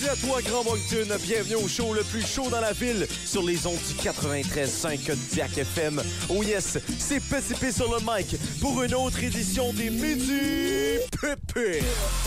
Salut à toi, Grand Moncton. Bienvenue au show le plus chaud dans la ville sur les ondes du 93.5 Kodiak FM. Oh yes, c'est Petit P sur le mic pour une autre édition des Midi Pépé.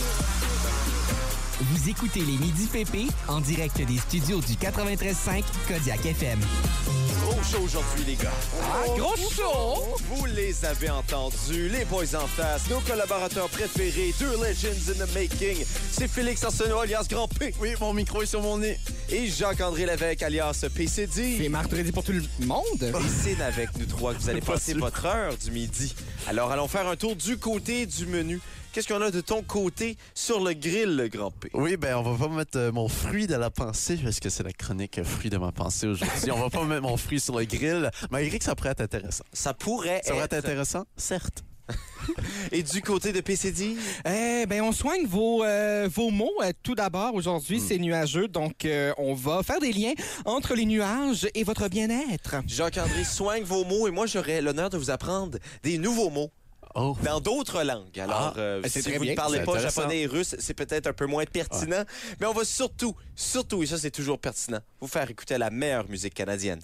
Vous écoutez les Midi Pépé en direct des studios du 93.5 Kodiak FM. Gros show aujourd'hui, les gars. Gros show! Vous les avez entendus, les boys en face, nos collaborateurs préférés, deux legends in the making. C'est Félix Arsenault, alias Grand P. Oui, mon micro est sur mon nez. Et Jacques-André Lévesque, alias PCD. C'est mercredi pour tout le monde. Et c'est avec nous trois que vous allez passer votre heure du midi. Alors, allons faire un tour du côté du menu. Qu'est-ce qu'on a de ton côté sur le grill, le Grand P? Oui, ben on va pas mettre mon fruit de la pensée, parce que c'est la chronique fruit de ma pensée aujourd'hui. On va pas mettre mon fruit sur le grill, malgré que ça pourrait être intéressant. Ça pourrait être intéressant? Certes. Et du côté de PCD? On soigne vos mots. Tout d'abord, aujourd'hui, c'est nuageux, donc on va faire des liens entre les nuages et votre bien-être. Jacques-André soigne vos mots et moi, j'aurai l'honneur de vous apprendre des nouveaux mots. Oh. Dans d'autres langues. Alors, c'est si très vous bien. ne parlez C'est pas intéressant. japonais et russe, c'est peut-être un peu moins pertinent. Mais on va surtout, et ça c'est toujours pertinent, vous faire écouter la meilleure musique canadienne.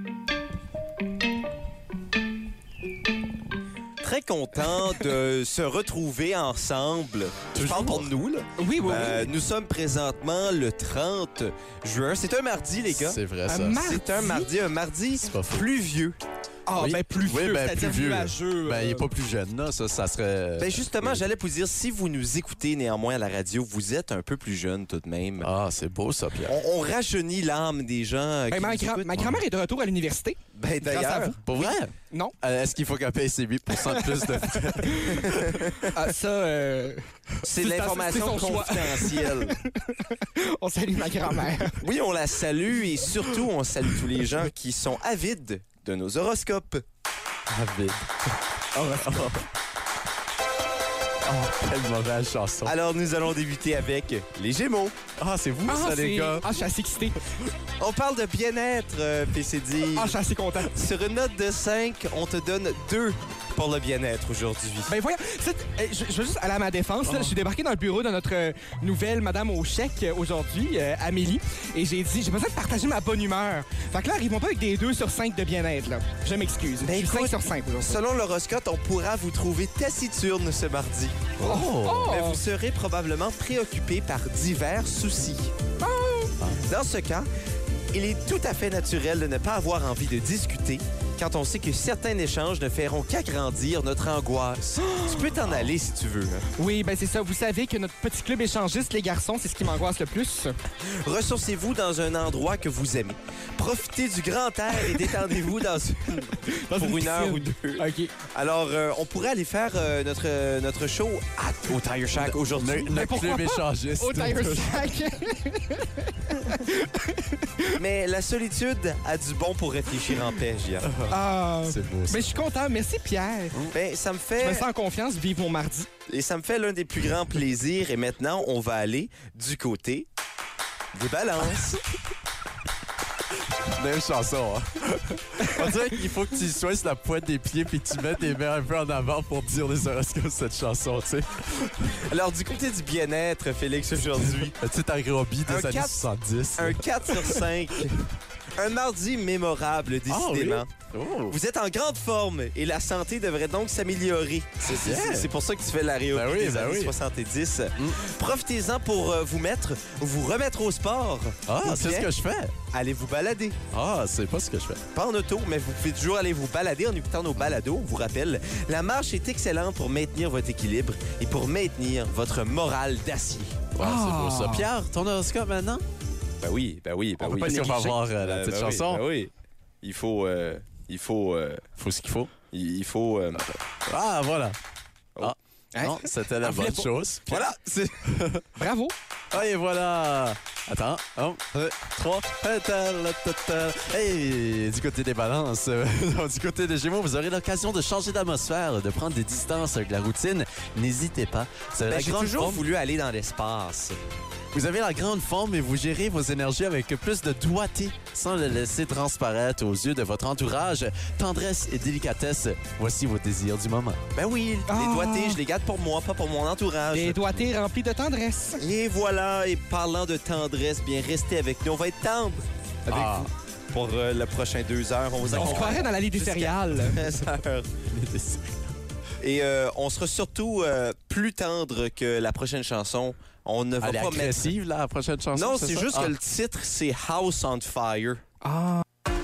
Très content de se retrouver ensemble. Je parle pour nous, là. Oui. Nous sommes présentement le 30 juin. C'est un mardi, les gars. C'est vrai, ça. C'est un mardi C'est pas faux. pluvieux. Ah, Oui. plus vieux, Oui, c'est-à-dire plus vieux. nuageux. Ben, il est pas plus jeune, là. Ça serait... Ben justement, j'allais vous dire, si vous nous écoutez néanmoins à la radio, vous êtes un peu plus jeune tout de même. Ah, c'est beau, ça, Pierre. On rajeunit l'âme des gens. qui Ma nous écoutent. grand-mère est de retour à l'université. Ben grâce à d'ailleurs, vous. Pour vrai? Non. Est-ce qu'il faut qu'elle paye ses 8 de plus de frais? Ah, ça, c'est c'est l'information son choix. confidentielle. on salue ma grand-mère. Oui, on la salue et surtout, on salue tous les gens qui sont avides de nos horoscopes. David. Oh, quelle mauvaise chanson. Alors, nous allons débuter avec les Gémeaux. Ah, c'est vous, ça, les gars. Ah, je suis assez excité. On parle de bien-être, PCD. Ah, je suis assez content. Sur une note de 5, on te donne 2 pour le bien-être aujourd'hui. Ben voyons, je veux juste aller à ma défense. Là. Je suis débarqué dans le bureau de notre nouvelle madame au chèque aujourd'hui, Amélie, et j'ai dit, j'ai besoin de partager ma bonne humeur. Fait que là, arrivons pas avec des 2 sur 5 de bien-être, là. Je m'excuse. Ben, Je suis 5 écoute, sur 5 aujourd'hui. Selon l'horoscope, on pourra vous trouver taciturne ce mardi. Oh! Mais vous serez probablement préoccupé par divers soucis. Dans ce cas, il est tout à fait naturel de ne pas avoir envie de discuter quand on sait que certains échanges ne feront qu'agrandir notre angoisse. Tu peux t'en aller si tu veux. Hein. Oui, ben c'est ça. Vous savez que notre petit club échangiste, les garçons, c'est ce qui m'angoisse le plus. Ressourcez-vous dans un endroit que vous aimez. Profitez du grand air et détendez-vous pour une heure ou deux. OK. Alors, on pourrait aller faire notre show au Tire Shack aujourd'hui. Le pourquoi club pas? échangiste. Au Tire Shack. Mais la solitude a du bon pour réfléchir en paix, Gia. Ah. C'est beau, ça. Mais je suis content. Merci, Pierre. Ben, ça me Je me fait... sens en confiance. Vive mon mardi. Et ça me fait l'un des plus grands plaisirs. Et maintenant, on va aller du côté des balances. Même chanson, hein? On dirait qu'il faut que tu sois sur la pointe des pieds puis que tu mettes tes mains un peu en avant pour dire les horoscopes cette chanson, tu sais. Alors, du côté du bien-être, Félix, aujourd'hui, Un petit aérobie des Un années 4. 70. un 4 sur 5. Un mardi mémorable, décidément. Oh. Vous être en grande forme et la santé devrait donc s'améliorer. C'est pour ça que tu fais la réopi Ben oui, des ben années oui. 70. Profitez-en pour vous remettre au sport. Ah, Ou c'est bien, ce que je fais. allez vous balader. Ah, c'est pas ce que je fais. Pas en auto, mais vous pouvez toujours aller vous balader en écoutant nos balados. On vous rappelle, la marche est excellente pour maintenir votre équilibre et pour maintenir votre morale d'acier. Ouais, c'est beau ça. Pierre, ton horoscope maintenant? Ben oui. On va essayer, on va voir la petite Ben chanson. Oui, ben oui. Il faut Faut ce qu'il faut. il faut Ah, voilà. Oh. Ah, Hein? non, c'était la On voulait bonne pas. chose. voilà, c'est Bravo. Ah, et voilà. Attends. 1, 2, 3. Hey, du côté des balances, du côté des Gémeaux, vous aurez l'occasion de changer d'atmosphère, de prendre des distances avec la routine. N'hésitez pas. Vous avez la j'ai grande toujours forme. voulu aller dans l'espace. Vous avez la grande forme et vous gérez vos énergies avec plus de doigté, sans le laisser transparaître aux yeux de votre entourage. Tendresse et délicatesse, voici vos désirs du moment. Ben oui, Ah. les doigtés, je les garde pour moi, pas pour mon entourage. Des doigtés remplis de tendresse. Et voilà, et parlant de tendresse, tendresse, bien restez avec nous. On va être tendre avec Ah. vous pour le prochain 2 heures. On vous On se accompagne croirait dans la Ligue des jusqu'à céréales. 13 heures. Et on sera surtout plus tendre que la prochaine chanson. On ne va Elle est pas mettre... agressive, là, la prochaine chanson? Non, c'est ça? juste Ah. que le titre, c'est House on Fire. Ah.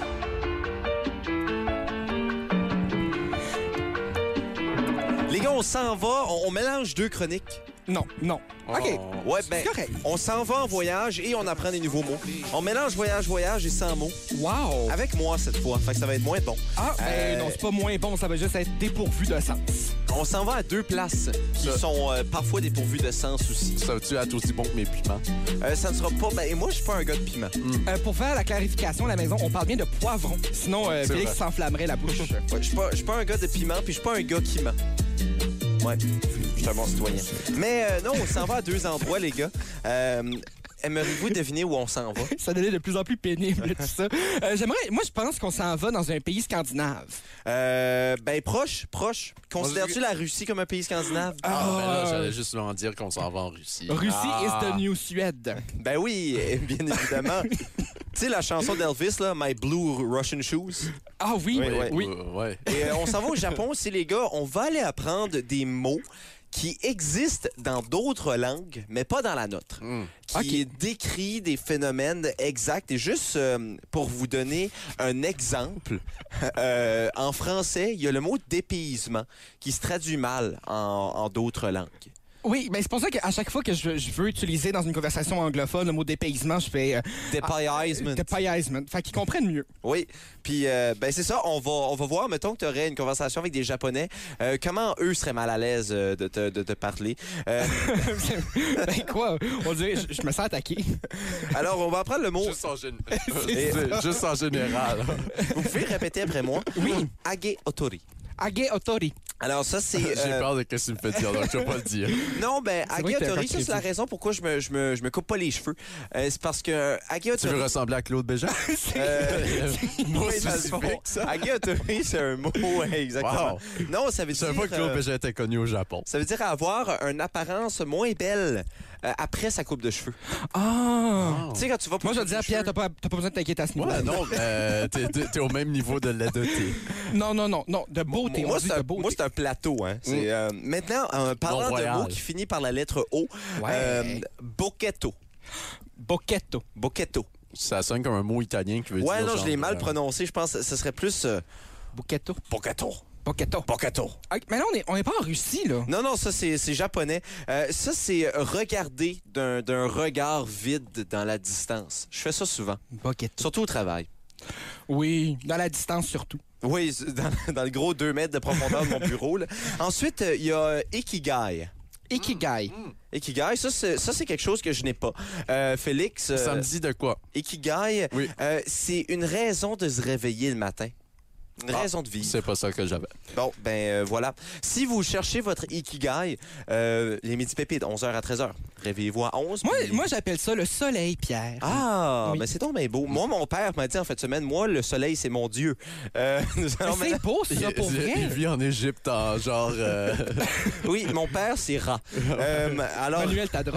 Les gars, on s'en va, on mélange 2 chroniques. Non, non. OK. Oh. Ouais, ben, C'est correct. on s'en va en voyage et on apprend des nouveaux mots. On mélange voyage et sans mots. Wow. Avec moi cette fois, fait que ça va être moins bon. Ah, ben non, c'est pas moins bon, ça va juste être dépourvu de sens. On s'en va à 2 places qui Ça. sont parfois dépourvues de sens aussi. Ça va-tu être aussi bon que mes piments? Ça ne sera pas... Ben, moi, je suis pas un gars de piment. Pour faire la clarification à la maison, on parle bien de poivron. Sinon, C'est Félix vrai. s'enflammerait la bouche. Ouais, je suis pas un gars de piment, puis je suis pas un gars qui ment. Ouais, je suis un bon citoyen. Mais non, on s'en va à 2 endroits, les gars. Aimeriez-vous deviner où on s'en va? Ça devenait de plus en plus pénible, tout ça. Moi, je pense qu'on s'en va dans un pays scandinave. Ben, proche. Considères-tu la Russie comme un pays scandinave? Ah, ben là, j'allais juste leur dire qu'on s'en va en Russie. Russie Ah. is the new Suède. Ben oui, bien évidemment. Tu sais, la chanson d'Elvis, là, My Blue Russian Shoes. Ah oui, Oui, oui. oui. Ouais. Et on s'en va au Japon aussi, les gars. On va aller apprendre des mots qui existent dans d'autres langues, mais pas dans la nôtre. Qui décrit des phénomènes exacts. Et juste pour vous donner un exemple, en français, il y a le mot dépaysement qui se traduit mal en d'autres langues. Oui, ben c'est pour ça qu'à chaque fois que je veux utiliser dans une conversation anglophone le mot dépaysement, je fais Dépaysement. dépaysement. Fait qu'ils comprennent mieux. Oui, puis ben c'est ça, on va voir, mettons que tu aurais une conversation avec des Japonais, comment eux seraient mal à l'aise de te parler. Ben quoi? On dirait, je me sens attaqué. Alors, on va apprendre le mot, Juste en général. vous pouvez répéter après moi? Oui. Age otori. Age otori. Alors ça, c'est... J'ai peur de ce que tu me fais dire, donc je vais pas le dire. Non, ben, C'est vrai que Age t'as otori, pas ça, c'est la crédit. raison pourquoi je me coupe pas les cheveux. C'est parce que Age Tu veux otori... ressembler à Claude Bégin? Oui, Moi, dans le spécifique, fond, ça. Age otori, c'est un mot, ouais, exactement. Wow. Non, ça veut Je dire... savais pas que Claude Bégin était connu au Japon. ça veut dire avoir une apparence moins belle après sa coupe de cheveux. Ah! Tu sais, quand tu vas pour Moi, je coupe dis à de Pierre, cheveux- t'as pas besoin de t'inquiéter à ce niveau-là. Ouais, non, t'es au même niveau de laideté. Non, de beauté. Moi, on dit de beauté. moi, c'est un plateau. Hein. C'est, maintenant, parlant de Mont-Royal. mots qui finit par la lettre O, Ouais. bocchetto. Bocchetto. Bocchetto. Ça sonne comme un mot italien qui veut dire... Ouais, non, je genre, l'ai mal prononcé. Je pense que ce serait plus Bocchetto. bocchetto. Bocchetto. Bocchetto. Ah, mais là, on est pas en Russie, là. Non, ça, c'est japonais. Ça, c'est regarder d'un regard vide dans la distance. Je fais ça souvent, Bocchetto. surtout au travail. Oui, dans la distance surtout. Oui, dans le gros 2 mètres de profondeur de mon bureau. Là. Ensuite, il y a Ikigai. Ikigai. Ikigai, ça, c'est quelque chose que je n'ai pas. Félix, Ça me dit de quoi? Ikigai, Oui. c'est une raison de se réveiller le matin. Une Ah, raison de vivre. C'est pas ça que j'avais. Bon, ben voilà. Si vous cherchez votre Ikigai, les midi pépites, 11h à 13h, réveillez-vous à 11. puis- Moi j'appelle ça le soleil, Pierre. Ah, Oui. mais c'est donc bien beau. Moi, mon père m'a dit en fin de semaine, moi, le soleil, c'est mon Dieu. Nous allons Mais c'est beau, ça, pour Il vrai. vit en Égypte en genre... Oui, mon père, c'est Ra. Alors, Manuel Tadros.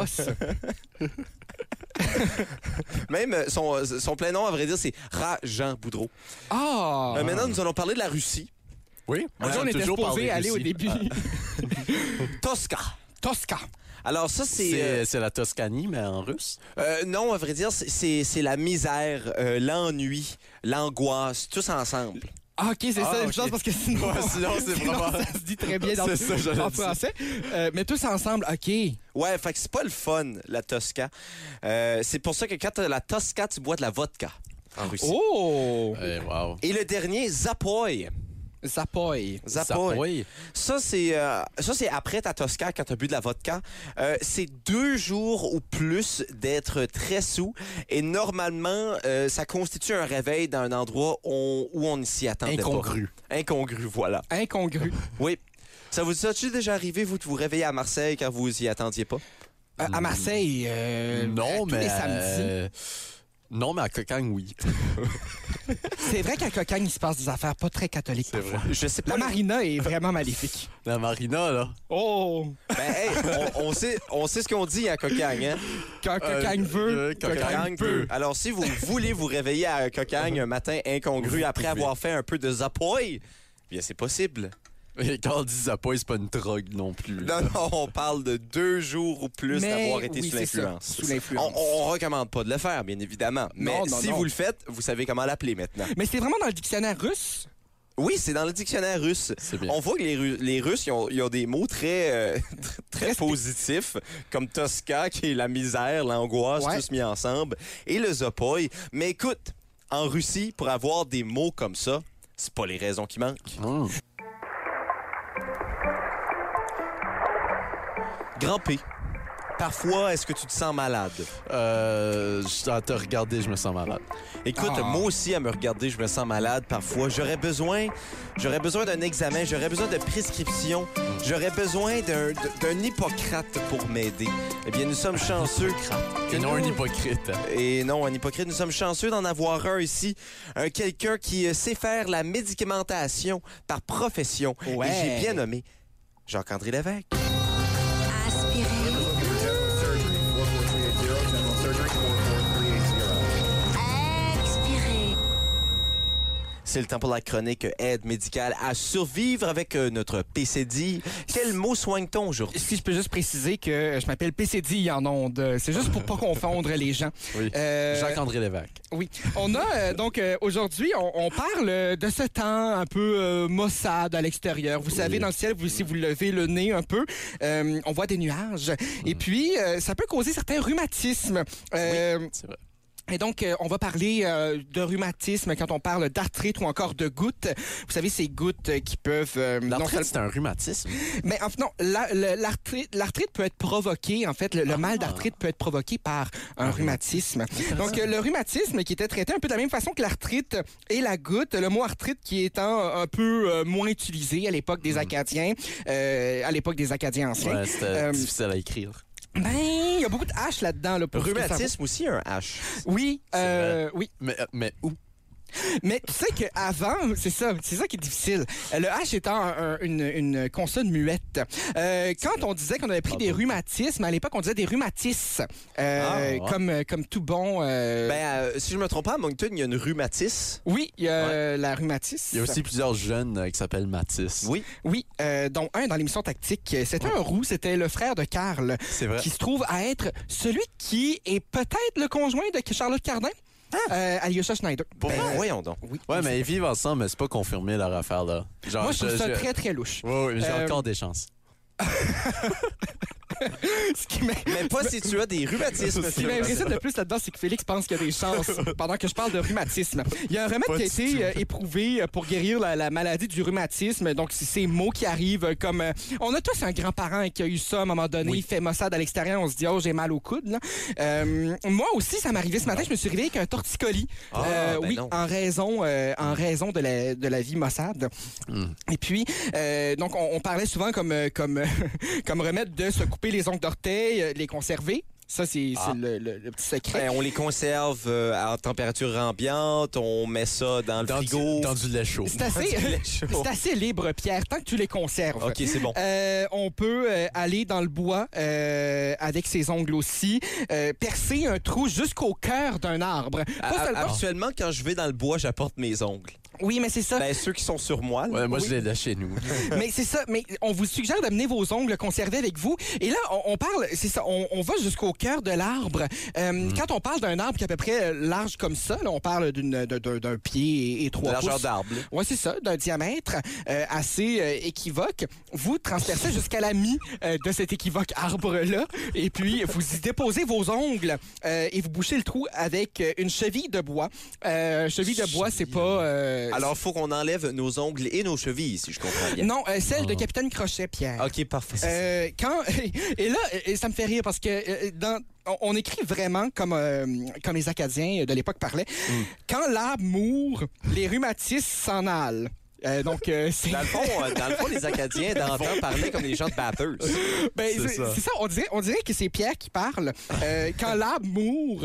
même son plein nom, à vrai dire, c'est Ra Jean Boudreau. Ah! Maintenant, nous allons parler de la Russie. Oui, on était supposé aller au début. Tosca. Tosca. Alors ça, c'est... C'est la Toscanie, mais en russe. non, à vrai dire, c'est la misère, l'ennui, l'angoisse, tous ensemble. Ah, OK, c'est ça, Ah, une ok. chose, parce que sinon... Ouais, sinon, c'est vraiment- ça se dit très bien dans, C'est ça, j'allais en dire. français. Mais tous ensemble, OK. Ouais, fait que c'est pas le fun, la Tosca. C'est pour ça que quand t'as la Tosca, tu bois de la vodka en Russie. Oh! Eh, wow. Et le dernier, Zapoy. Zapoy. Zapoy. Ça, c'est après ta Tosca, quand tu as bu de la vodka. C'est 2 jours ou plus d'être très sous. Et normalement, ça constitue un réveil dans un endroit où on ne s'y attendait Incongru. pas. Incongru, voilà. Incongru. Oui. Ça vous a-tu déjà arrivé, vous, de vous réveiller à Marseille quand vous y attendiez pas? À Marseille, Non, tous mais... les samedis. Non, mais à Cocagne, oui. C'est vrai qu'à Cocagne, il se passe des affaires pas très catholiques. C'est vrai. Je sais pas. La marina est vraiment maléfique. La marina, là. Oh! Ben, hey, on sait ce qu'on dit à Cocagne, hein? Quand Cocagne veut, Cocagne peut. Alors, si vous voulez vous réveiller à Cocagne un matin incongru après avoir fait un peu de zapoy, bien, c'est possible. Et quand on dit Zapoy, c'est pas une drogue non plus. Non, non, on parle de 2 jours ou plus d'avoir été oui, sous l'influence. Sous l'influence. On recommande pas de le faire, bien évidemment. Mais Non, si non. vous le faites, vous savez comment l'appeler maintenant. Mais c'est vraiment dans le dictionnaire russe? Oui, c'est dans le dictionnaire russe. C'est bien. On voit que les Russes, ils ont des mots très, très positifs, comme Tosca, qui est la misère, l'angoisse, Ouais. tous mis ensemble, et le zapoy. Mais écoute, en Russie, pour avoir des mots comme ça, c'est pas les raisons qui manquent. Hum. Grand P. Parfois, est-ce que tu te sens malade? À te regarder, je me sens malade. Écoute, Ah. moi aussi, à me regarder, je me sens malade parfois. J'aurais besoin d'un examen, j'aurais besoin de prescription, j'aurais besoin d'un Hippocrate pour m'aider. Eh bien, nous sommes chanceux. Et non un hypocrite. Et non, un hypocrite, nous sommes chanceux d'en avoir un ici. Quelqu'un qui sait faire la médicamentation par profession. Ouais. Et j'ai bien nommé Jacques-André Lévesque. Aspirez. Expirez. C'est le temps pour la chronique aide médicale à survivre avec notre PCD. Quel mot soigne-t-on aujourd'hui? Si je peux juste préciser que je m'appelle PCD en ondes. C'est juste pour pas confondre les gens. Oui. Jacques-André Lévesque. Oui. On a donc aujourd'hui, on parle de ce temps un peu maussade à l'extérieur. Vous savez, dans le ciel, si vous levez le nez un peu, on voit des nuages. Et puis, ça peut causer certains rhumatismes. C'est vrai. Et donc, on va parler de rhumatisme quand on parle d'arthrite ou encore de gouttes. Vous savez, ces gouttes qui peuvent... L'arthrite, c'est un rhumatisme. Mais en fait, non, l'arthrite peut être provoquée, en fait, le mal d'arthrite peut être provoqué par un rhumatisme. Donc, le rhumatisme qui était traité un peu de la même façon que l'arthrite et la goutte, le mot arthrite qui étant un peu moins utilisé à l'époque des Acadiens, anciens. Ouais, c'était difficile à écrire. Ben, il y a beaucoup de H là-dedans. Là, pour ce que ça vaut. Rhumatisme aussi, un H. Oui, vrai. oui. Mais où? Mais tu sais qu'avant, c'est ça qui est difficile. Le H étant une consonne muette. Quand on disait qu'on avait pris des rhumatismes, à l'époque, on disait des rhumatismes. ouais. Comme tout bon... Si je me trompe pas, à Moncton, il y a une rhumatis. Oui, il y a la rhumatisme. Il y a aussi plusieurs jeunes qui s'appellent Matisse. Oui, Oui, dont un dans l'émission Tactique. C'était un roux, c'était le frère de Karl, C'est vrai. qui se trouve à être celui qui est peut-être le conjoint de Charlotte Cardin, Alyosha Schneider. pour voyons donc. Oui. Ouais, mais ils vivent ensemble, mais c'est pas confirmé leur affaire, là. Genre, Moi, je trouve ça très, très louche. Ouais, j'ai encore des chances. Ce qui m'a- Mais pas si tu as des rhumatismes. Ce qui m'impressionne le plus là-dedans, c'est que Félix pense qu'il y a des chances pendant que je parle de rhumatisme. Il y a un remède Pas qui a du été tout. éprouvé pour guérir la maladie du rhumatisme. Donc, c'est ces mots qui arrivent comme... on a tous un grand-parent qui a eu ça à un moment donné. Oui. Il fait maussade à l'extérieur. On se dit, oh, j'ai mal au coude. Là. Moi aussi, ça m'est arrivé ce matin. Je me suis réveillé avec un torticolis. Ben oui, non. en raison de la vie maussade. Et puis, donc, on parlait souvent comme remède de se couper les ongles d'orteil, les conserver. Ça, c'est le petit secret. Ben, on les conserve à température ambiante, on met ça dans le frigo. Dans du lait chaud. C'est assez libre, Pierre, tant que tu les conserves. OK, c'est bon. On peut aller dans le bois avec ses ongles aussi, percer un trou jusqu'au cœur d'un arbre. Pas seulement- Actuellement, quand je vais dans le bois, j'apporte mes ongles. Oui, mais c'est ça. Ben, ceux qui sont sur moi. là. Ouais, moi, Oui. je l'ai là chez nous. Mais c'est ça. Mais on vous suggère d'amener vos ongles conservés avec vous. Et là, on parle, c'est ça, on va jusqu'au cœur de l'arbre. Quand on parle d'un arbre qui est à peu près large comme ça, là, on parle d'un pied et 3 La pouces. largeur d'arbre. là. Oui, c'est ça, d'un diamètre assez équivoque. Vous transpercez jusqu'à la mie de cet équivoque arbre-là. Et puis, vous y déposez vos ongles et vous bouchez le trou avec une cheville de bois. Cheville de bois, c'est pas... Alors, il faut qu'on enlève nos ongles et nos chevilles, si je comprends bien. non, celle de Capitaine Crochet, Pierre. OK, parfait. Et là, ça me fait rire parce que on écrit vraiment comme les Acadiens de l'époque parlaient. Quand l'arbre mourre, les rhumatismes s'en allent. C'est... Dans le fond, les Acadiens d'antan parlaient comme les gens de Bathurst. Ben, C'est ça. c'est ça, on dirait que c'est Pierre qui parle. Quand l'arbre mourre,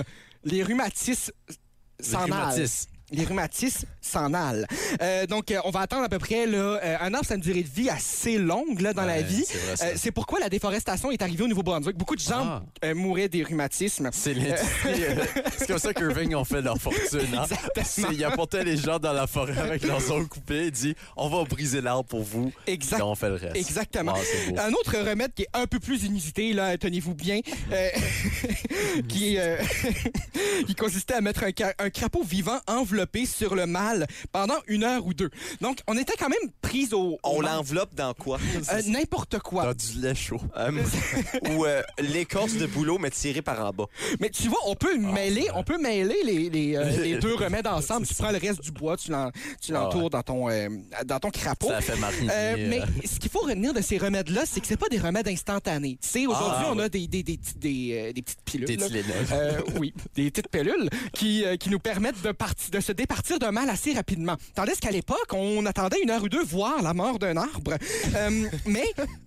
Les rhumatismes s'en allent. Les rhumatismes s'en allent. Donc, on va attendre à peu près là, un arbre, c'est une durée de vie assez longue là, dans la vie. C'est pourquoi la déforestation est arrivée au Nouveau-Brunswick. Beaucoup de gens mouraient des rhumatismes. C'est c'est comme ça qu'Irving ont fait leur fortune. Hein? Ils apportaient les gens dans la forêt avec leurs ongles coupés et dit on va briser l'arbre pour vous. Et on fait le reste. Exactement. Un autre remède qui est un peu plus inusité, là, tenez-vous bien, qui consistait à mettre un crapaud vivant enveloppé sur le mâle pendant 1 heure ou 2. Donc, on était quand même pris au on l'enveloppe dans quoi? N'importe quoi. Dans du lait chaud. Ou l'écorce de bouleau, mais tirée par en bas. Mais tu vois, on peut mêler les deux remèdes ensemble. Tu prends le reste du bois, tu l'entoures dans ton crapaud. Ça fait mariner. Mais ce qu'il faut retenir de ces remèdes-là, c'est que c'est pas des remèdes instantanés. Tu sais, aujourd'hui, on a des petites pilules. Des oui, des petites pilules qui nous permettent de se départir d'un mal assez rapidement. Tandis qu'à l'époque, on attendait 1 heure ou 2 voir la mort d'un arbre. Mais...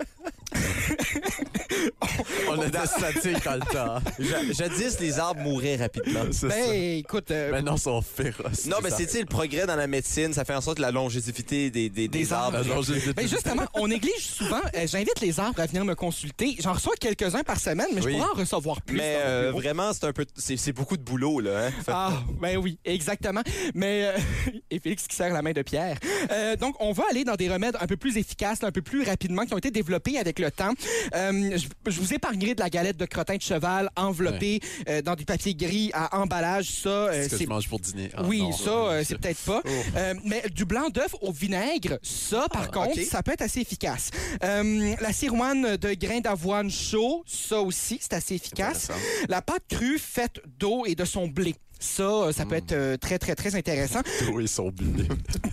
on était statiques dans le temps. Jadis, les arbres mouraient rapidement. Écoute... Maintenant, ils sont féroces. Non, mais c'est le progrès dans la médecine. Ça fait en sorte que la longévité des arbres. Ben justement, on néglige souvent. J'invite les arbres à venir me consulter. J'en reçois quelques-uns par semaine, mais je pourrais en recevoir plus. Mais vraiment, c'est beaucoup de boulot, là. Hein? Ben oui, exactement. Mais... et Félix qui serre la main de Pierre. Donc, on va aller dans des remèdes un peu plus efficaces, un peu plus rapidement, qui ont été développés avec le temps. Je vous épargnerai de la galette de crottin de cheval enveloppée dans du papier gris à emballage. Ça, c'est ce que tu manges pour dîner. C'est peut-être pas. Mais du blanc d'œuf au vinaigre, ça, par contre, ça peut être assez efficace. La cirouane de grains d'avoine chaud, ça aussi, c'est assez efficace. La pâte crue faite d'eau et de son blé. Ça peut être très, très, très intéressant. Oui, ils sont blés.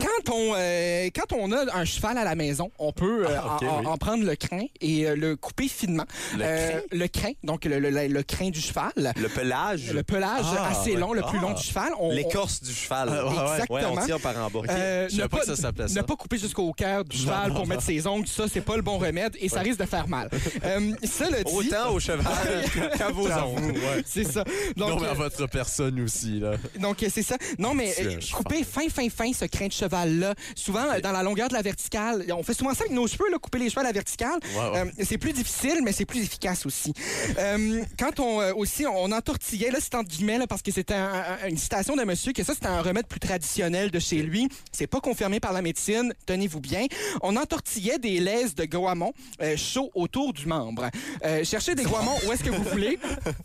Quand on a un cheval à la maison, on peut en prendre le crin et le couper finement. Le crin, donc le crin du cheval. Le pelage. Le pelage assez long, le plus long du cheval. L'écorce du cheval. Exactement. On tire par en bas. Je savais pas que ça s'appelait ça. Ne pas couper jusqu'au cœur du cheval pour mettre ses ongles, ça, c'est pas le bon remède et ça risque de faire mal. Cela dit... Autant au cheval qu'à vos ongles. C'est ça. Donc, non, mais à votre personne aussi. Là. Donc, c'est ça. Non, mais couper fin ce crin de cheval-là, souvent dans la longueur de la verticale. On fait souvent ça avec nos cheveux, là, couper les cheveux à la verticale. C'est plus difficile, mais c'est plus efficace aussi. Quand on entortillait, là, c'est entre guillemets, là, parce que c'était une citation de monsieur, que ça, c'était un remède plus traditionnel de chez lui. C'est pas confirmé par la médecine, tenez-vous bien. On entortillait des laises de guamon chauds autour du membre. Cherchez des guamons où est-ce que vous voulez.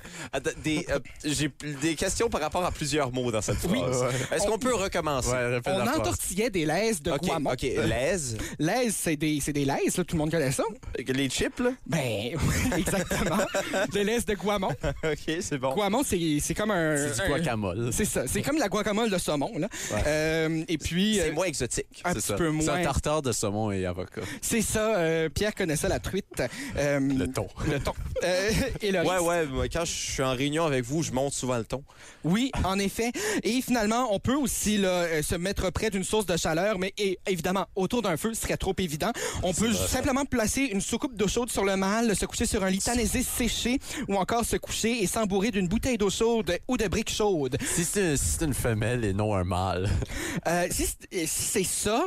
J'ai des questions par rapport à plusieurs mots dans cette phrase. Oui. Est-ce qu'on peut recommencer? On entortillait des laises de guamon. OK, laises. Laises, c'est des laises, là, tout le monde connaît ça. Les chips, là? Ben, exactement. Des laises de guamon. OK, c'est bon. Guamon, c'est comme un... C'est du guacamole. C'est ça. C'est comme la guacamole de saumon, là. Et puis... C'est moins exotique. Un petit peu moins. C'est un tartare de saumon et avocat. C'est ça. Pierre connaît ça, la truite. Le thon. Le thon. Et le riz. Quand je suis en réunion avec vous, je monte souvent le thon. Oui, en effet. Et finalement, on peut aussi là, se mettre près d'une source de chaleur, mais évidemment, autour d'un feu, ce serait trop évident. On peut simplement placer une soucoupe d'eau chaude sur le mâle, se coucher sur un lit tanaisé séché ou encore se coucher et s'embourrer d'une bouteille d'eau chaude ou de briques chaudes. Si c'est une femelle et non un mâle. Si c'est ça...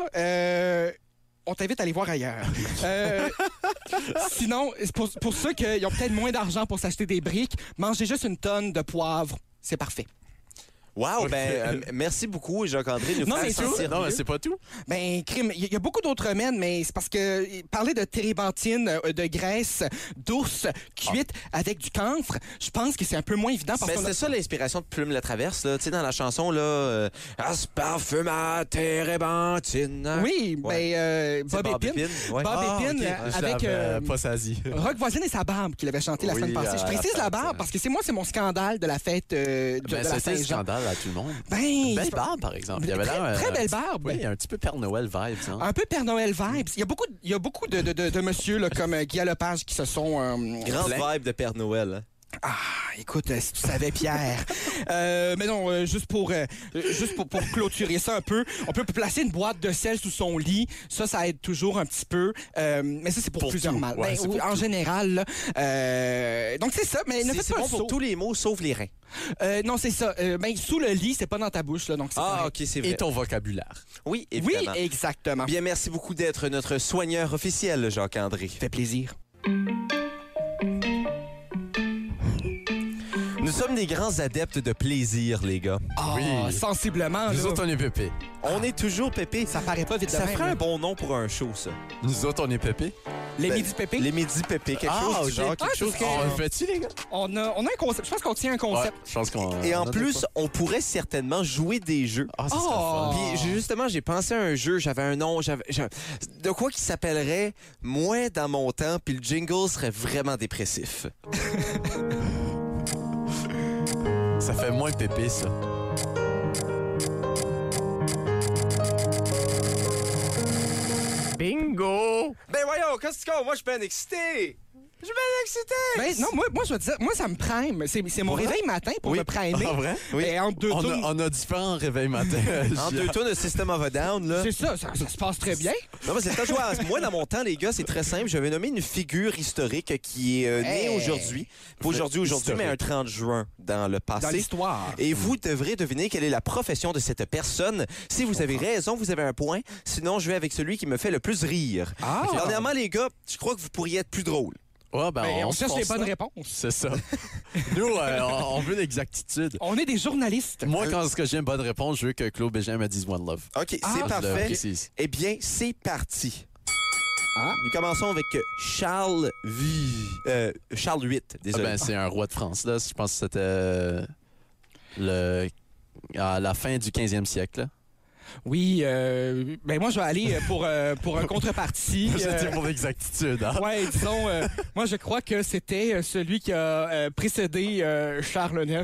on t'invite à aller voir ailleurs. Sinon, pour ceux qui ont peut-être moins d'argent pour s'acheter des briques, mangez juste une tonne de poivre. C'est parfait. Wow, merci beaucoup, Jacques-André. Non, mais c'est pas tout. Ben, crime, il y a beaucoup d'autres remèdes, mais c'est parce que parler de térébenthine, de graisse d'ours cuite avec du camphre, je pense que c'est un peu moins évident. C'était ça l'inspiration de Plume la Traverse, là. Tu sais, dans la chanson, là, « parfume à térébenthine ». Oui, ben, Bob Épine. Bob Épine avec pas Sazi. Rock Voisine et sa barbe qu'il avait chanté la semaine passée. Je précise la barbe parce que c'est mon scandale de la fête de la Saint-Jean. À tout le monde. Ben, belle barbe, par exemple. Il y avait très belle barbe. Oui, un petit peu Père Noël vibes. Hein? Un peu Père Noël vibes. Il y a beaucoup de monsieur là, comme Guy Lepage qui se sont... Grande vibe de Père Noël. Hein? écoute, si tu savais, Pierre. Mais non, juste pour clôturer ça un peu, on peut placer une boîte de sel sous son lit. Ça aide toujours un petit peu. Mais ça, c'est pour plusieurs mal. Ouais, En général, là. Donc, c'est ça. Mais ne faites C'est pas bon le pour saut. tous les mots, sauf les reins. Non, c'est ça. Sous le lit, c'est pas dans ta bouche, là. Donc, c'est correct. OK, c'est vrai. Et ton vocabulaire. Oui, Oui, évidemment. exactement. Bien, merci beaucoup d'être notre soigneur officiel, Jacques-André. Ça fait plaisir. Nous sommes des grands adeptes de plaisir, les gars. Ah, Oui. sensiblement, Nous là. autres, on est pépé. On est toujours pépé. Ça paraît pas vite de Ça même, ferait là. un bon nom pour un show, ça. Nous autres, on est pépé. Les Ben, midis pépés. Les midis pépé, quelque chose du genre. Quelque chose parce que- On le fait-tu, les gars? On a un concept. Je pense qu'on tient un Ouais, concept. je pense qu'on... Et en on a plus, des fois. on pourrait certainement jouer des jeux. Ah, ça serait Oh. fun. Puis justement, j'ai pensé à un jeu, j'avais un nom, de quoi qui s'appellerait Moins dans mon temps, puis le jingle serait vraiment dépressif. Ça fait moins pépé, ça. Bingo! Ben voyons, qu'est-ce que moi je suis bien excité! Je suis bien excité! Ben, non, moi, je veux dire, moi, ça me prime. C'est mon Ouais. réveil matin pour Oui. me primer. Ah, vrai? Oui. Et entre deux tours. On a différents réveils matins. En deux tours de System of a Down, là. C'est ça se passe très bien. Non, mais c'est le temps de jouer à... Moi, dans mon temps, les gars, c'est très simple. Je vais nommer une figure historique qui est née Hey. aujourd'hui. Pas aujourd'hui, mais un 30 juin dans le Dans passé. l'histoire. Et vous devrez deviner quelle est la profession de cette personne. Si vous avez raison, vous avez un point. Sinon, je vais avec celui qui me fait le plus rire. Ah! Dernièrement, les gars, je crois que vous pourriez être plus drôle. Ouais, ben, Ben, on cherche se les force bonnes ça. réponses. C'est ça. Nous, on veut l'exactitude. On est des journalistes. Moi, quand j'ai une bonne réponse, je veux que Claude Bégin me dise One Love. OK, Ah, c'est Je le parfait. précise. Eh bien, c'est parti. Ah. Nous commençons avec Charles VIII, Ah, désolé. ben, c'est un roi de France, là. Je pense que c'était à la fin du 15e siècle. Là. Oui, ben moi, je vais aller pour un contrepartie. C'était pour l'exactitude, hein? Ouais, disons, moi, je crois que c'était celui qui a précédé Charles IX.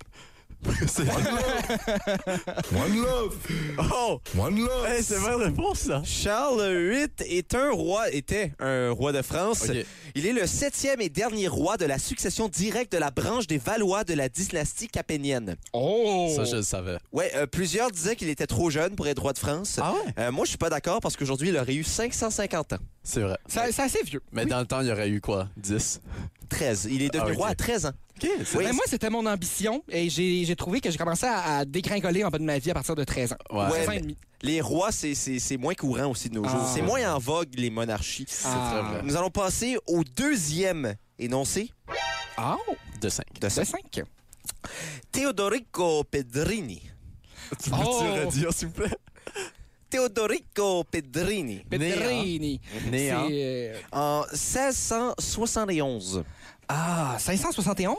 One love. Oh! One love. Hey, c'est bonne réponse, ça! Charles VIII était un roi de France. OK. Il est le 7e et dernier roi de la succession directe de la branche des Valois de la dynastie capétienne. Oh! Ça, je le savais. Ouais, plusieurs disaient qu'il était trop jeune pour être roi de France. Ah ouais? Moi, je suis pas d'accord parce qu'aujourd'hui, il aurait eu 550 ans. C'est vrai. C'est assez vieux. Mais dans le temps, il y aurait eu quoi? 10? 13. Il est devenu Ah, ok. roi à 13 ans. OK, c'est Oui. Ben, moi, c'était mon ambition et j'ai trouvé que j'ai commencé à dégringoler en bas de ma vie à partir de 13 ans. Ouais. 13 ans mais- et demi. Les rois, c'est moins courant aussi de nos jours. C'est moins en vogue, les monarchies. C'est très vrai. Nous allons passer au deuxième énoncé Oh! De 5. de ça. De 5. Teodorico Pedrini. Tu peux Oh. redire, s'il vous plaît? Teodorico Pedrini. Pedrini. Né en... C'est, En 1671. 571?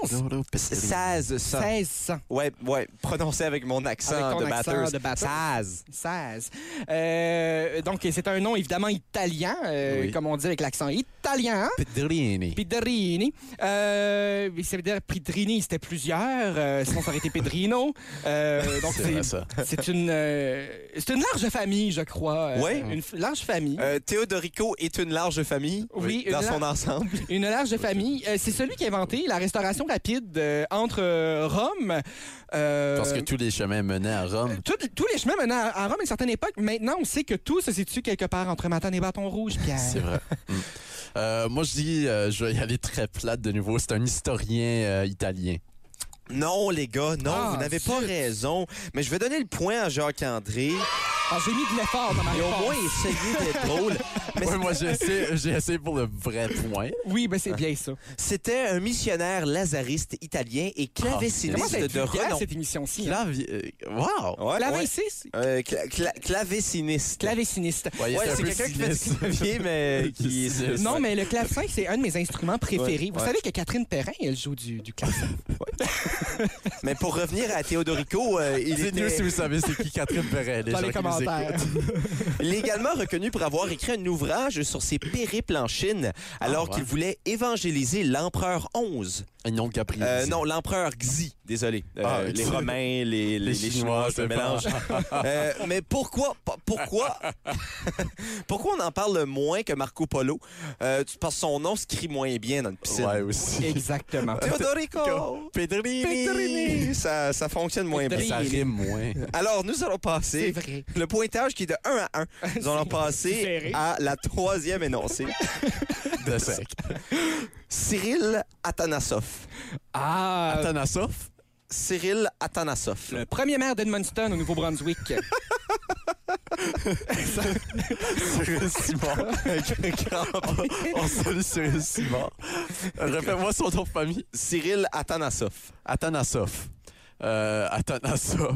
1600. Ouais, prononcé avec mon accent Avec ton de accent batteuse. de batteuse. 16. 16. Donc, c'est un nom évidemment italien, Oui. comme on dit avec l'accent italien. Hein? Pedrini. Pedrini. Ça veut dire Pedrini, c'était plusieurs. Sinon, ça aurait été Pedrino. Donc, C'est vrai, ça. c'est une large famille, je crois. Ouais. Une large famille. Teodorico est une large famille. Oui, Dans une son lar- ensemble. Une large famille. C'est celui qui a inventé la restauration rapide entre Rome. Parce que tous les chemins menaient à Rome. Tous les chemins menaient à Rome à une certaine époque. Maintenant, on sait que tout se situe quelque part entre Matane et Bâton Rouge, Pierre. C'est vrai. Moi, je dis, je vais y aller très plate de nouveau. C'est un historien italien. Non, les gars, non, Ah, vous n'avez pas zut. raison. Mais je vais donner le point à Jacques-André. J'ai mis de l'effort dans ma Et au réponse. moins essayé d'être drôle. Mais Ouais, moi, j'ai essayé pour le vrai point. Oui, ben c'est bien ça. c'était un missionnaire lazariste italien et Comment claveciniste ça va être de vulgaire, renom. cette émission-ci? Hein? Wow! Ouais, Claveciniste? claveciniste. Claveciniste. Ouais, il Ouais, était un c'est peu quelqu'un qui fait sinistre. du clavier, mais qui... Sinistre. Non, mais le clavecin, c'est un de mes instruments préférés. Ouais, Vous ouais. savez que Catherine Perrin, elle joue du clavecin. Mais pour revenir à Teodorico, il Dites-nous était si vous savez c'est qui Catherine Perret. Dans les commentaires. il est également reconnu pour avoir écrit un ouvrage sur ses périples en Chine, alors ouais. qu'il voulait évangéliser l'empereur XI. Un nom de Capri. Non, l'empereur Xi, désolé. Les Xi. Romains, les Chinois, je c'est mélange. Mais pourquoi on en parle moins que Marco Polo? Parce que son nom s'écrit moins bien dans une piscine. Ouais, aussi. Exactement. Teodorico! Pedrini! Ça fonctionne moins bien. Ça rime moins. Alors, nous allons C'est passer vrai. le pointage qui est de 1 à 1. Nous allons passer serré. à la troisième énoncée. De sec. Cyril Atanasoff. Ah, Atanasoff? Cyril Atanasoff. le premier maire d'Edmundston au Nouveau-Brunswick. Cyril Simard. On salue Cyril Simard. Répète-moi son nom de famille. Cyril Atanasoff. Atanasoff. Atanasoff.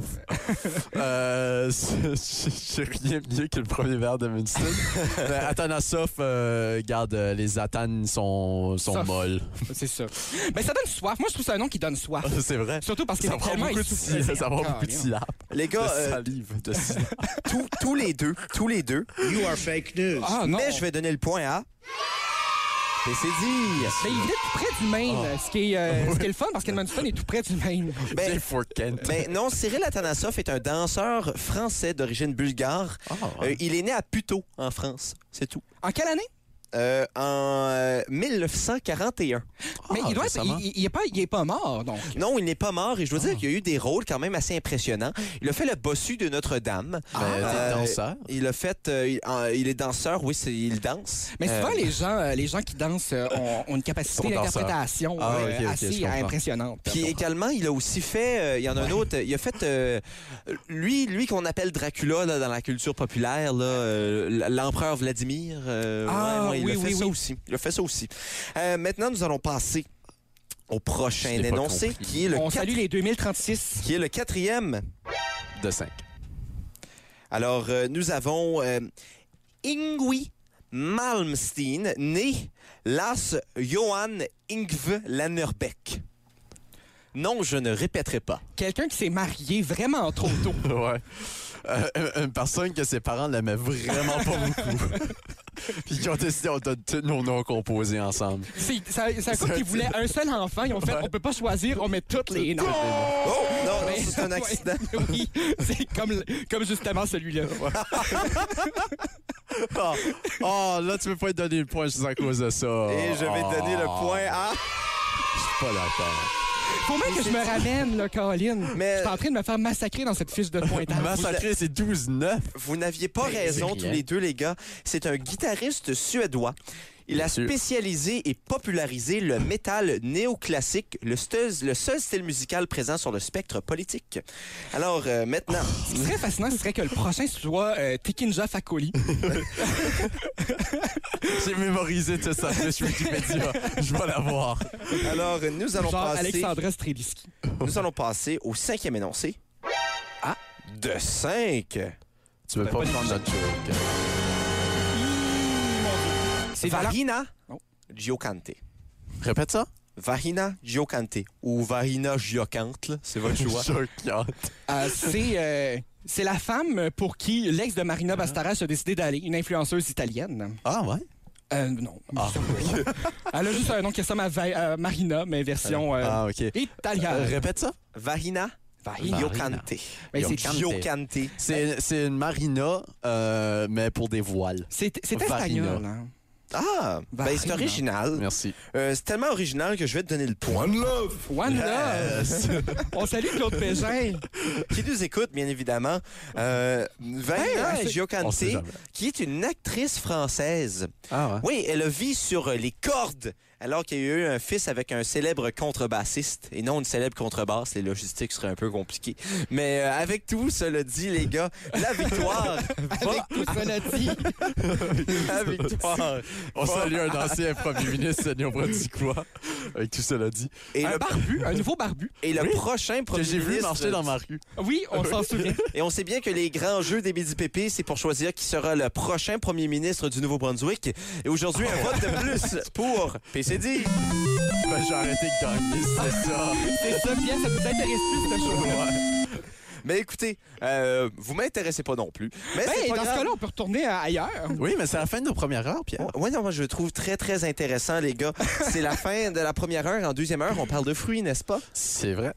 J'ai rien mieux que le premier maire de Munster. Atanasoff, regarde, les Atanes sont Soft. molles. C'est ça. Mais ça donne soif. Moi, je trouve ça un nom qui donne soif. C'est vrai. Surtout parce qu'il Ça est prend tellement beaucoup de essoufflé. syllabes. Ça prend beaucoup de syllabes. Les De gars, salive, de syllabes. tous les deux, You are fake news. Ah non. mais je vais donner le point à PCD. Mais il est tout près du Maine, ce qui est le fun parce qu'Edmundston est tout près du Maine. Ben, Jay Fort Kent. ben non, Cyril Atanasoff est un danseur français d'origine bulgare. Il est né à Puteaux, en France. C'est tout. En quelle année? En 1941. Mais il doit récemment. être, il est pas mort, donc. Non, il n'est pas mort et je dois dire qu'il y a eu des rôles quand même assez impressionnants. Il a fait le bossu de Notre-Dame. T'es danseur. Il a fait... il est danseur, oui, il danse. Mais souvent, les gens qui dansent ont une capacité Sont danseurs. d'interprétation Ah, ok, ok, assez je comprends. impressionnante. Puis également, il a aussi fait... il y en a un autre. Il a fait... lui qu'on appelle Dracula là, dans la culture populaire, là, l'empereur Vladimir. Il a fait ça aussi. Il a fait ça aussi. Maintenant, nous allons passer au prochain Je l'ai pas énoncé, compris. qui est le On salue les 2036. qui est le quatrième. De 5. Alors, nous avons Ingwi Malmsteen, né Lars Johan Ingve Lannerbeck. Non, je ne répéterai pas. Quelqu'un qui s'est marié vraiment trop tôt. Ouais. Une personne que ses parents l'aimaient vraiment pas beaucoup. Puis qui ont décidé, on donne tous nos noms composés ensemble. C'est un couple qui voulait un seul enfant. Ils ont fait, on peut pas choisir, on met tous les noms. Oh, non, Mais- c'est un accident. Oui, c'est comme justement celui-là. Oh, là, tu peux pas te donner le point juste à cause de ça. Et je vais donner le point à... Je suis pas d'accord. Faut même que je me ramène, là, Colin. Mais- Je suis en train de me faire massacrer dans cette fiche de pointage. Massacré, c'est 12-9. Vous n'aviez pas Ben, raison c'est tous rien. les deux, les gars. C'est un guitariste suédois. Il a Bien sûr. spécialisé et popularisé le métal néoclassique, le seul style musical présent sur le spectre politique. Alors, maintenant... Ce qui serait fascinant, ce serait que le prochain soit Tekinja Fakoli. J'ai mémorisé tout ça. Je suis Wikipédia. Je vais l'avoir. Alors, nous allons Genre passer... Alexandra Streliski. Nous allons passer au cinquième énoncé. Ah. De 5. Tu veux pas prendre notre joke. C'est Valentin. Varina Oh. Giocante. Répète ça. Varina Giocante. Ou Varina Giocante, là. C'est votre choix. Choquante. C'est la femme pour qui l'ex de Marina Bastarache a décidé d'aller, une influenceuse italienne. Ah, ouais? Non. Ah. Elle a juste un nom qui ressemble à Marina, mais version Ah, OK. italienne. Répète ça. Varina Varina. Giocante. Ben, c'est Giocante. Giocante. C'est une marina, mais pour des voiles. C'est Varina. espagnol, hein? Ah, ben c'est Varina. original. Merci. C'est tellement original que je vais te donner le point. One love. One Love! On salue Claude Pégin. Qui nous écoute, bien évidemment. Varina Hey, on Giocante, sait jamais. qui est une actrice française. Ah, ouais. Oui, elle a vie sur les cordes, alors qu'il y a eu un fils avec un célèbre contrebassiste, et non une célèbre contrebasse. Les logistiques seraient un peu compliquées. Mais avec tout cela dit, les gars, la victoire Avec tout cela dit. la victoire. On salue un ancien premier ministre néo-brunswickois, avec tout cela dit. Et Un le, barbu, un nouveau barbu. et le Oui, prochain Que premier j'ai vu ministre... marcher dans ma rue. Oui, on s'en souvient. Et on sait bien que les grands jeux des Midi Pépé, c'est pour choisir qui sera le prochain premier ministre du Nouveau-Brunswick. Et aujourd'hui, un vote de plus pour PCD. Ben, j'ai arrêté de gagner, c'est ça. C'est ça, bien, ça nous intéresse plus, cette chose-là. Mais écoutez, vous m'intéressez pas non plus. Mais c'est pas dans ce grave. cas-là, on peut retourner ailleurs. Oui, mais c'est la fin de nos premières heures, Pierre. Oui, non, moi, je le trouve très, très intéressant, les gars. C'est la fin de la première heure. En deuxième heure, on parle de fruits, n'est-ce pas? C'est vrai.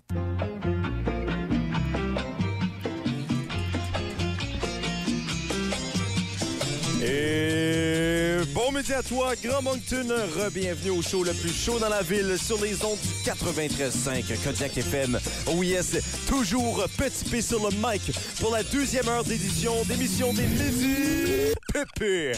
Et bon midi à toi, Grand Moncton. Re-bienvenue au show le plus chaud dans la ville sur les ondes du 93.5 Kodiak FM. Oh yes, toujours Petit P sur le mic pour la deuxième heure d'émission des Midi Pépé.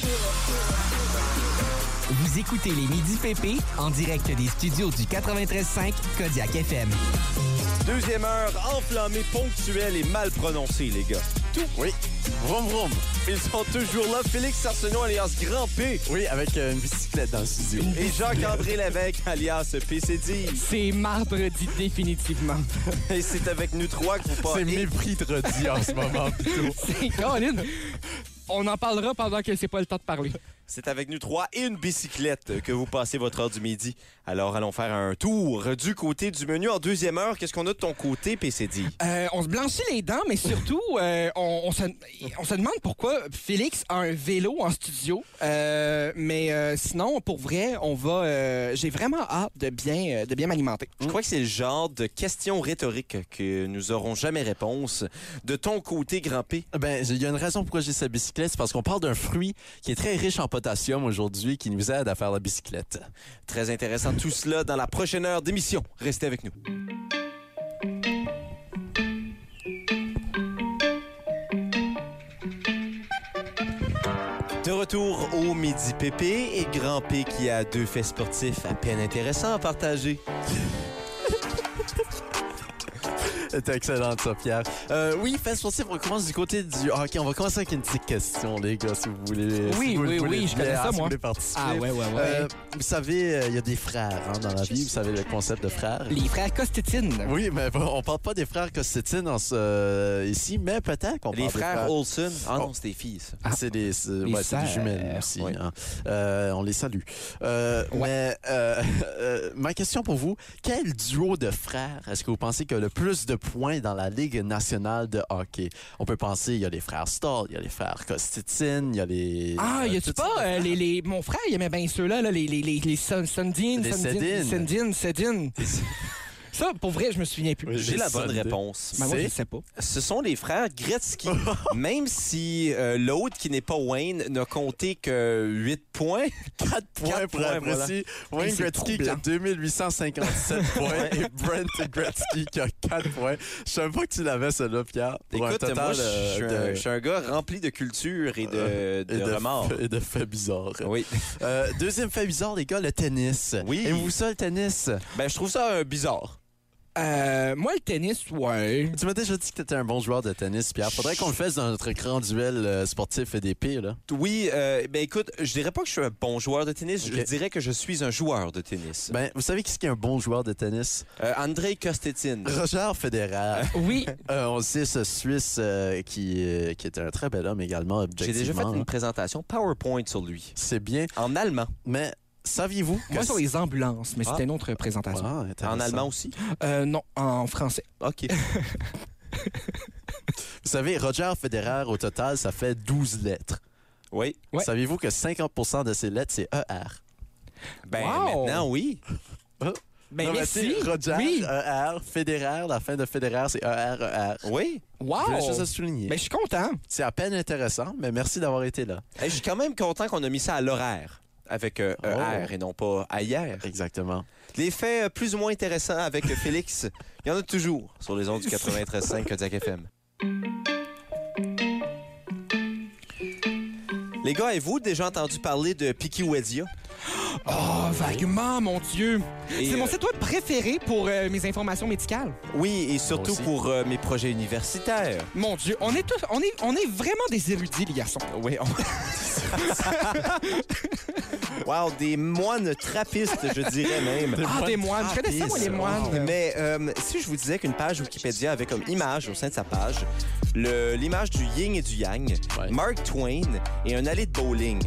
Vous écoutez les Midi PP en direct des studios du 93.5 Kodiak FM. Deuxième heure enflammée, ponctuelle et mal prononcée, les gars. Oui. Vroom, vroom. Ils sont toujours là. Félix Arsenault, alias Grand P. Oui, avec une bicyclette dans le studio. Et Jacques-André Lévesque, alias PCD. C'est mardi définitivement. Et c'est avec nous trois que vous C'est parlez. mépris de redit en ce moment, plutôt. C'est Caroline. On en parlera pendant que c'est pas le temps de parler. C'est avec nous trois et une bicyclette que vous passez votre heure du midi. Alors, allons faire un tour du côté du menu. En deuxième heure, qu'est-ce qu'on a de ton côté, PCD? On se blanchit les dents, mais surtout, on se demande pourquoi Félix a un vélo en studio. Mais sinon, pour vrai, j'ai vraiment hâte de bien m'alimenter. Je crois que c'est le genre de question rhétorique que nous aurons jamais réponse. De ton côté, Grand P? Ben, il y a une raison pourquoi j'ai cette bicyclette. C'est parce qu'on parle d'un fruit qui est très riche en potassium aujourd'hui, qui nous aide à faire la bicyclette. Très intéressant tout cela dans la prochaine heure d'émission. Restez avec nous. De retour au Midi Pépé et Grand P qui a deux faits sportifs à peine intéressants à partager. C'était excellent, ça, Pierre. Oui, fait sportif, on commence du côté du hockey. On va commencer avec une petite question, les gars, si vous voulez. Oui, si vous oui, voulez oui, je connais ça, si vous moi. voulez participer. Ah, ouais. Vous savez, il y a des frères dans la vie. Vous savez le concept de frères. Les frères Costetine. Oui, mais on parle pas des frères Costetine ici, mais peut-être qu'on parle Les des frères Olsen. Ah Oh. non, c'est des filles, ça. C'est des sœurs. jumelles aussi. Oui. Hein. On les salue. Mais ma question pour vous, quel duo de frères est-ce que vous pensez qui a le plus de points dans la Ligue nationale de hockey? On peut penser, il y a les frères Stahl, il y a les frères Costetine, il y a les... Ah, y a-tu toutes pas sortes de mon frère, il aimait bien ceux-là, là, les Sundin. Ça, pour vrai, je me souviens plus. Oui, J'ai la bonne Sunday. réponse. Ben, moi, je sais pas. Ce sont les frères Gretzky. Même si l'autre, qui n'est pas Wayne, n'a compté que 8 points. 4 points pour points, apprécier. Wayne c'est Gretzky qui a troublant. 2857 points et Brent Gretzky qui a 4 points. Je savais pas que tu l'avais, celui-là, Pierre. Pour un Écoute, total, moi, je suis un gars rempli de culture et de remords. Et de faits bizarres. Oui. Deuxième fait bizarre, les gars, le tennis. Oui. Aimez-vous ça, le tennis? Ben, je trouve ça bizarre. Moi, le tennis, ouais. Tu m'as déjà dit que tu étais un bon joueur de tennis, Pierre. Faudrait qu'on le fasse dans notre grand duel sportif d'épée, là. Oui, ben écoute, je dirais pas que je suis un bon joueur de tennis, Ok. je dirais que je suis un joueur de tennis. Ben, vous savez qui est un bon joueur de tennis? Andrei Kostetine. Roger Federer. Oui. On le sait, ce Suisse qui est un très bel homme également, J'ai objectivement. déjà fait hein. une présentation PowerPoint sur lui. C'est bien, En allemand. mais saviez-vous que... Moi, sur les ambulances, mais Ah. c'était une autre présentation. Ah, intéressant. En allemand aussi? Non, en français. OK. Vous savez, Roger Federer, au total, ça fait 12 lettres. Oui. Ouais. Saviez-vous que 50% de ces lettres, c'est ER? Ben Wow. maintenant, oui. Ben, Non, mais merci. tu sais, Roger, Oui. ER, Federer, la fin de Federer, c'est ER. Oui. Wow. Je voulais juste le souligner. Ben, je suis content. C'est à peine intéressant, mais merci d'avoir été là. Hey, je suis quand même content qu'on a mis ça à l'horaire. Avec ER et non pas ailleurs. Exactement. Les faits plus ou moins intéressants avec Félix, il y en a toujours sur les ondes du 93.5 Kodiak FM. Les gars, avez-vous déjà entendu parler de Pikiwedia? Oh, vaguement, mon Dieu. Et, C'est mon site web préféré pour mes informations médicales. Oui, et surtout aussi. pour mes projets universitaires. Mon Dieu, on est vraiment des érudits, les garçons. Oui, Wow, des moines trappistes, je dirais même. Des moines. Je connais ça, moi, les moines. Mais si je vous disais qu'une page Wikipédia avait comme image au sein de sa page l'image du yin et du yang, Ouais. Mark Twain et un allée de bowling.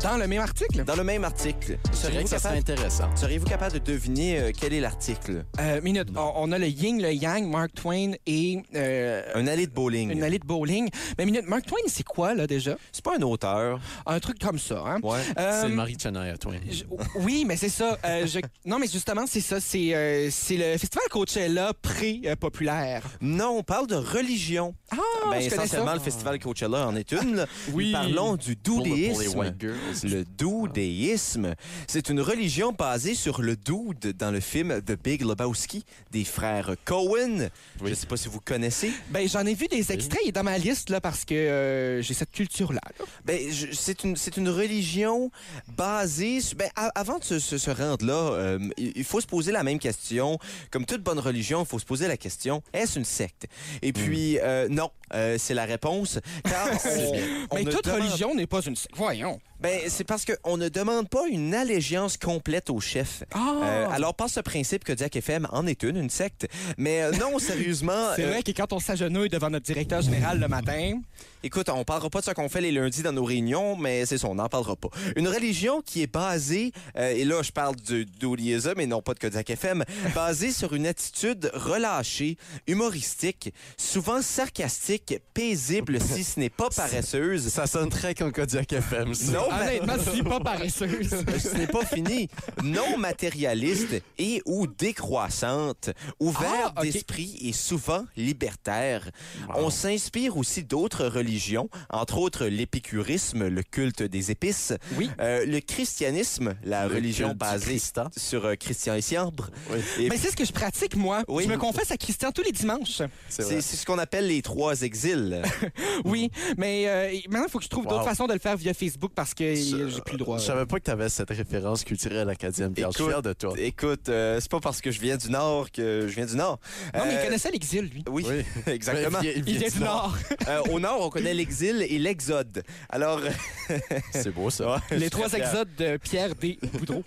Dans le même article? Dans le même article. C'est vrai que ça serait intéressant. Seriez-vous capable de deviner quel est l'article? Minute, on a le yin, le yang, Mark Twain et... Un allée de bowling. Une allée de bowling. Mais minute, Mark Twain, c'est quoi, là, déjà? C'est pas un auteur. Un truc comme ça, hein? Ouais. C'est Marie-Shania Twain. Oui, mais c'est ça. Non, mais justement, c'est ça. C'est le festival Coachella pré-populaire. Non, on parle de religion. Ah, je connais essentiellement, ça. le festival Coachella en est une. Là. Oui. Nous parlons du Pour les doudéisme. white girls. Le doudéisme, c'est une religion basée sur le dude dans le film The Big Lebowski des frères Coen. Je ne sais pas si vous connaissez. Ben, j'en ai vu des extraits. Il est dans ma liste, là, parce que j'ai cette culture-là. Là. Ben, c'est une religion basée... avant de se rendre là, il faut se poser la même question. Comme toute bonne religion, il faut se poser la question, est-ce une secte? Et puis, non, c'est la réponse. Car Mais ne toute demande- religion n'est pas une secte. Voyons. Ben, c'est parce qu'on ne demande pas une allégeance complète au chef. Alors, par ce principe, Kodiak FM en est une secte. Mais non, sérieusement... C'est vrai que quand on s'agenouille devant notre directeur général le matin... Écoute, on parlera pas de ce qu'on fait les lundis dans nos réunions, mais c'est ça, on n'en parlera pas. Une religion qui est basée, et là je parle du doudéisme et non pas de Kodiak FM, basée sur une attitude relâchée, humoristique, souvent sarcastique, paisible si ce n'est pas paresseuse. Ça sonne très comme Kodiak FM, ça. Non, Honnêtement, c'est pas paresseuse. ce n'est pas fini. Non matérialiste et ou décroissante, ouverte ok. d'esprit et souvent libertaire. On s'inspire aussi d'autres religions, entre autres l'épicurisme, le culte des épices, Oui. le christianisme, la Le religion culte du basée Christ. sur Christian et Siambre. Oui. Et Mais c'est ce que je pratique, moi. Oui. Je me confesse à Christian tous les dimanches. c'est ce qu'on appelle les trois exils. Oui, mais maintenant, il faut que je trouve d'autres façons de le faire via Facebook parce que j'ai plus le droit. Je savais pas que tu avais cette référence culturelle acadienne, Pierre. Je suis fier de toi. Écoute, c'est pas parce que je viens du Nord que je viens du Nord. Non, mais il connaissait l'exil, lui. Oui, Oui. exactement. Il Il vient du Nord. Au Nord, on connaît l'exil et l'exode. Alors, C'est beau, ça. ouais, Les trois exodes de Pierre D. Boudreau.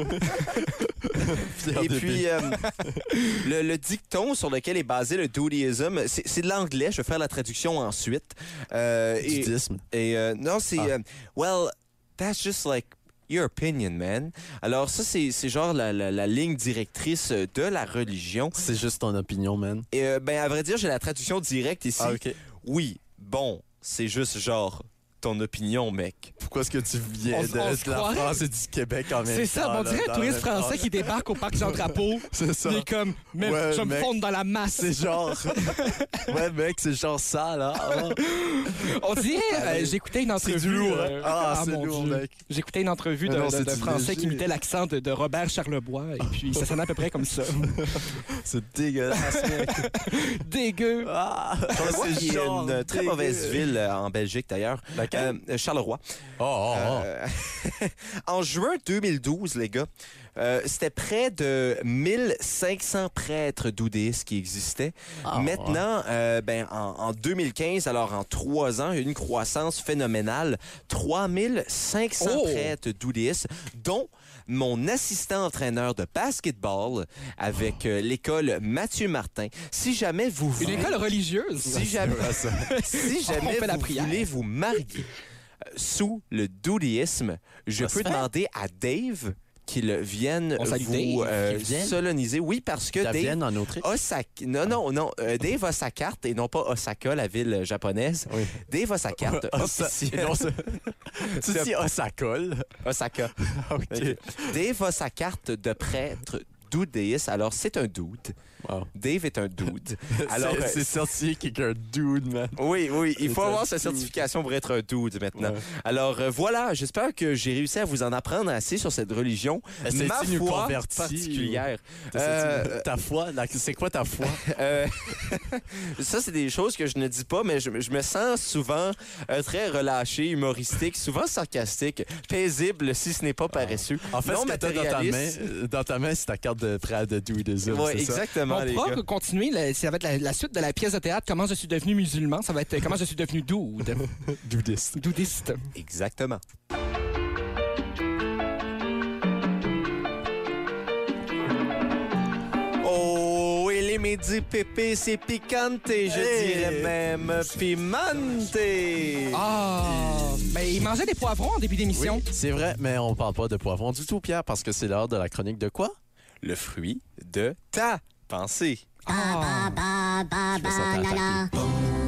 Pierre Et de puis, le dicton sur lequel est basé le doudéisme, c'est de l'anglais. Je vais faire la traduction ensuite. Dudisme. Non, c'est... well, that's just like your opinion, man. Alors ça, c'est genre la ligne directrice de la religion. C'est juste ton opinion, man. Et à vrai dire, j'ai la traduction directe ici. Ah, OK. Oui, bon, c'est juste genre ton opinion, mec. Pourquoi est-ce que tu viens On de se la croirait. France et du Québec en même temps? C'est ça, on là, dirait un dans touriste le- français qui débarque au parc Jean-Drapeau. C'est ça. Il est comme, mais Ouais, je vais me mec. fondre dans la masse. C'est genre... ouais, mec, c'est genre ça, là. Ah. On dirait, j'écoutais une entrevue. C'est du lourd, hein? Ah, c'est mon lourd, Dieu. mec. J'écoutais une entrevue Mais non, c'est d'un du Français léger. qui imitait l'accent de Robert Charlebois, et puis ça sonnait à peu près comme ça. C'est dégueulasse, mec. Dégueu. Ah, Charleroi, qui est genre une très dégueu. mauvaise ville en Belgique, d'ailleurs. Laquelle? Charleroi. En juin 2012, les gars, c'était près de 1500 prêtres doudéistes qui existaient. Ah, Maintenant, en 2015, alors en 3 ans, il y a eu une croissance phénoménale. 3500 Oh! prêtres doudéistes, dont mon assistant entraîneur de basketball avec l'école Mathieu Martin. Si jamais vous Une voulez... école religieuse. Si jamais, si jamais On fait la vous prière. voulez vous marier sous le doudéisme, je Ça se peux fait? demander à Dave qu'il vienne On salue vous Dave, qu'il vienne? soloniser. Oui, parce que La Dave Vienne en Autriche? a sa... Non. Dave a sa carte et non pas Osaka, la ville japonaise. Oui. Dave a sa carte officielle. Tu dis ça colle. Osaka. OK. Dave a sa carte de prêtre doudéiste. Alors, c'est un dude. Wow. Dave est un dude. Alors, C'est certifié qu'il est un dude, man. oui, il faut C'est avoir un sa dude. certification pour être un dude maintenant. Ouais. Alors voilà, j'espère que j'ai réussi à vous en apprendre assez sur cette religion, Essayes-tu ma de nous foi convertir, particulière. Ta foi, c'est quoi ta foi? Ça, c'est des choses que je ne dis pas, mais je me sens souvent très relâché, humoristique, souvent sarcastique, paisible si ce n'est pas paresseux. En fait, non ce que t'as matérialiste. dans ta main, c'est ta carte de prêtre de dudisme, Ouais, c'est ça? exactement, On les pourra gars. continuer, ça va être la suite de la pièce de théâtre Comment je suis devenu musulman. Ça va être Comment je suis devenu dude. Dudiste. Doudiste. Exactement. Oh, et les midi pépé, c'est picante, je dirais même pimante. Ben, il mangeait des poivrons en début d'émission. Oui, c'est vrai, mais on parle pas de poivron du tout, Pierre, parce que c'est l'heure de la chronique de quoi? Le fruit de ta pensée. Je me sens attaqué.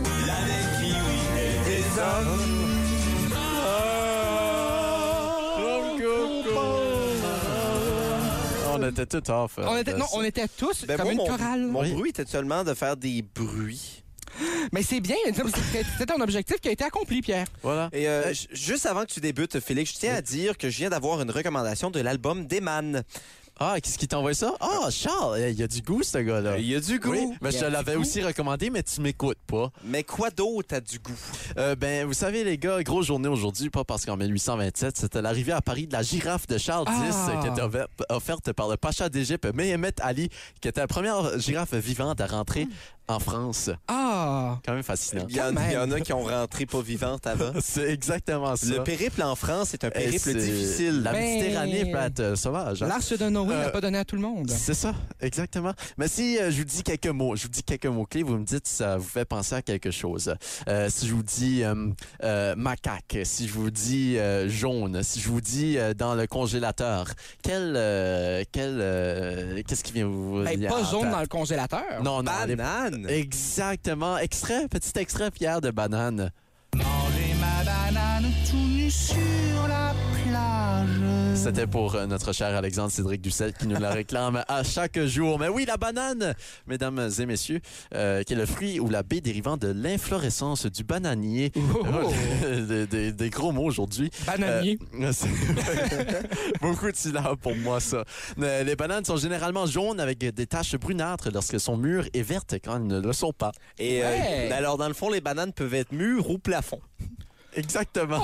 On était tout off. On était tous Ben comme moi, une chorale. Mon Oui. bruit était seulement de faire des bruits. Mais c'est bien, c'était un objectif qui a été accompli, Pierre. Voilà. Et juste avant que tu débutes, Félix, je tiens à dire que je viens d'avoir une recommandation de l'album d'Eman. Ah, qu'est-ce qui t'a envoyé ça? Ah, Charles, il y a du goût, ce gars-là. Il y a du goût. Oui, mais Il y je te a du l'avais goût. aussi recommandé, mais tu m'écoutes pas. Mais quoi d'autre a du goût? Ben, vous savez, les gars, grosse journée aujourd'hui, pas parce qu'en 1827, c'était l'arrivée à Paris de la girafe de Charles X, qui était offerte par le pacha d'Égypte, Mehemet Ali, qui était la première girafe vivante à rentrer en France. Ah! Quand même fascinant. Il y en a qui ont rentré pas vivantes avant. C'est exactement ça. Le périple en France est un Et périple c'est- difficile. La Ben, Méditerranée peut être sauvage. Hein? L'arche de Noé n'a pas donné à tout le monde. C'est ça, exactement. Mais si je vous dis quelques mots, clés, vous me dites si ça vous fait penser à quelque chose. Si je vous dis macaque, si je vous dis jaune, si je vous dis dans le congélateur, qu'est-ce qui vient vous Ben, dire pas en jaune tête? dans le congélateur. Non, Banane. Exactement. Petit extrait, Pierre, de banane. Manger ma banane tout nu sur la plage. C'était pour notre cher Alexandre Cédric Ducel qui nous la réclame à chaque jour. Mais oui, la banane, mesdames et messieurs, qui est le fruit ou la baie dérivant de l'inflorescence du bananier. Des gros mots aujourd'hui. Bananier. C'est beaucoup de syllabes pour moi, ça. Les bananes sont généralement jaunes avec des taches brunâtres lorsqu'elles sont mûres et vertes quand elles ne le sont pas. Et Ouais. alors, dans le fond, les bananes peuvent être mûres ou plafond. Exactement.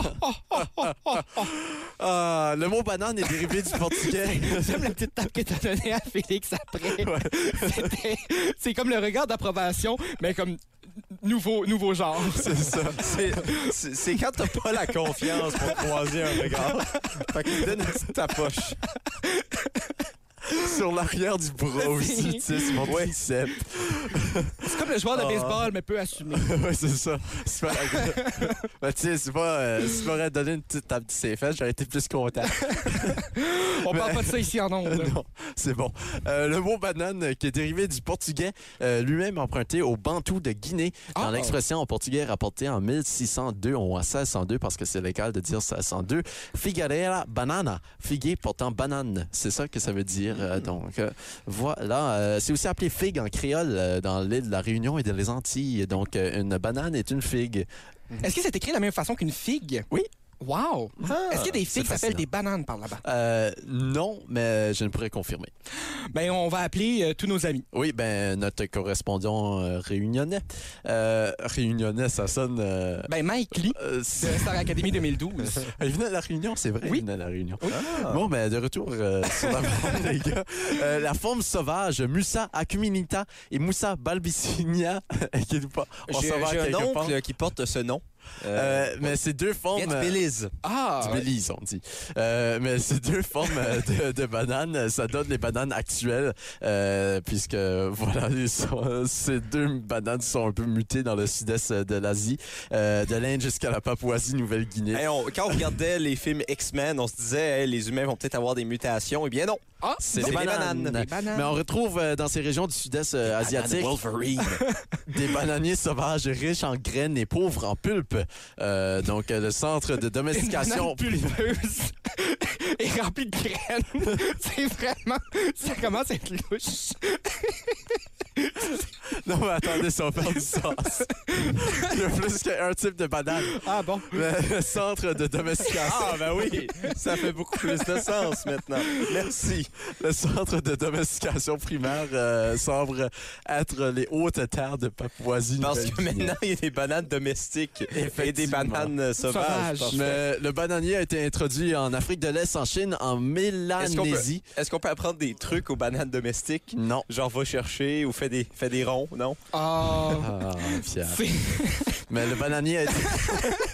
Ah, le mot banane est dérivé du portugais. J'aime la petite tape que t'as donnée à Félix après. C'est comme le regard d'approbation, mais comme nouveau genre. C'est ça. C'est quand t'as pas la confiance pour croiser un regard. Fait qu'il te donne une petite tapoche. Sur l'arrière du bras aussi, tu sais, c'est mon triceps. C'est comme le joueur de baseball, mais peu assumé. Ouais, c'est ça. C'est pas... Ben, tu sais, c'est pas... si tu m'aurais donné une petite tape de ses fesses, j'aurais été plus content. On parle pas de ça ici en ondes. Non, c'est bon. Le mot banane, qui est dérivé du portugais, lui-même emprunté au bantou de Guinée, dans l'expression en portugais rapportée en 1602 ou en 1602, parce que c'est légal de dire 1602, figueira banana, figuier portant banane. C'est ça que ça veut dire. Donc, voilà. C'est aussi appelé figue en créole dans l'île de la Réunion et des Antilles. Donc, une banane est une figue. Est-ce que c'est écrit de la même façon qu'une figue? Oui. Wow! Est-ce qu'il y a des figues qui fascinant. s'appellent des bananes par là-bas? Non, mais je ne pourrais confirmer. Ben, on va appeler tous nos amis. Oui, ben notre correspondant réunionnais. Réunionnais, ça sonne... Ben, Mike Lee, de Star Academy 2012. Il venait de la Réunion, c'est vrai. Oui. Il venait de la Réunion. Bon, ben de retour sur la bande, les gars. La forme sauvage, Musa acuminita et Musa balbicinia, inquiétez pas, on J'ai s'en va un quelque part. oncle qui porte ce nom. Mais c'est deux formes... Vient de Belize. Ah! Du Belize, on dit. Mais ces deux formes de bananes, ça donne les bananes actuelles, puisque, voilà, ces deux bananes sont un peu mutées dans le sud-est de l'Asie, de l'Inde jusqu'à la Papouasie-Nouvelle-Guinée. Hey, quand on regardait les films X-Men, on se disait hey, les humains vont peut-être avoir des mutations. Eh bien non. Ah! C'est non, des des bananes. bananes. Des bananes. Mais on retrouve dans ces régions du sud-est asiatique Wolverine. des bananiers sauvages riches en graines et pauvres en pulpe. Donc, le centre de Une domestication... banane pulpeuse et remplie de graines. C'est vraiment... Ça commence à être louche. Non, mais attendez, ça va faire du sens. Il y a plus qu'un type de banane. Ah bon? Le centre de domestication. Ah ben oui, ça fait beaucoup plus de sens maintenant. Merci. Le centre de domestication primaire semble être les hautes terres de Papouasie. Parce que maintenant, il y a des bananes domestiques et des Effectivement. bananes sauvages. Sauvages. Mais le bananier a été introduit en Afrique de l'Est, en Chine, en Mélanésie. Est-ce qu'on peut apprendre des trucs aux bananes domestiques? Non. Genre, va chercher ou fais des ronds, non? Ah... Ah, Pierre. C'est... Mais le bananier a été...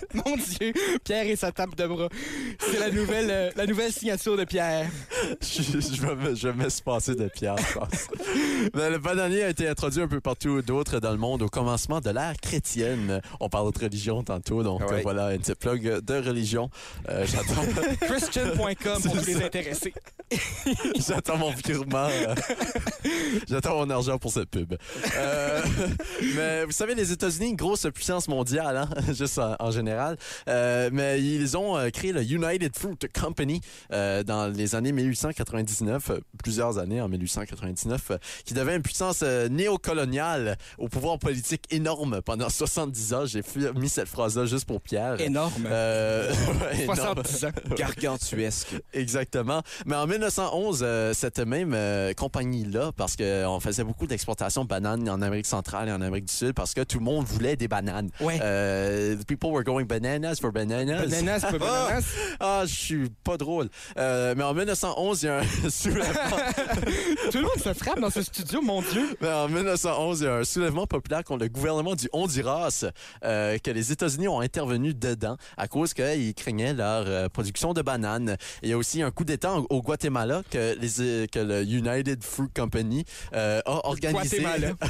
Mon Dieu, Pierre et sa tape de bras. C'est la nouvelle signature de Pierre. Je vais m'espacer de Pierre, je pense. Mais le bananier a été introduit un peu partout d'autres dans le monde au commencement de l'ère chrétienne. On parle de religion tantôt, donc voilà, un petit plug de religion. J'attends... Christian.com pour tous les intéressés. J'attends mon virement. J'attends mon argent pour cette pub. Mais vous savez, les États-Unis, une grosse puissance mondiale, hein, juste en général. Mais ils ont créé le United Fruit Company dans les années 1899, plusieurs années en 1899, qui devint une puissance néocoloniale au pouvoir politique énorme pendant 70 ans. J'ai mis cette phrase-là juste pour Pierre. Énorme. Ouais, 70 ans. Gargantuesque. Exactement. Mais en 1911, cette même compagnie-là, parce qu'on faisait beaucoup d'exportations de bananes en Amérique centrale et en Amérique du Sud, parce que tout le monde voulait des bananes. Ouais. The people were going bananas for bananas. Bananas pour bananas. Ah, je suis pas drôle. Mais en 1911, il y a un soulèvement. Tout le monde se frappe dans ce studio, mon Dieu. Mais en 1911, il y a un soulèvement populaire contre le gouvernement du Honduras que les États-Unis ont intervenu dedans à cause qu'ils craignaient leur production de bananes. Il y a aussi un coup d'État au Guatemala que le United Fruit Company a organisé,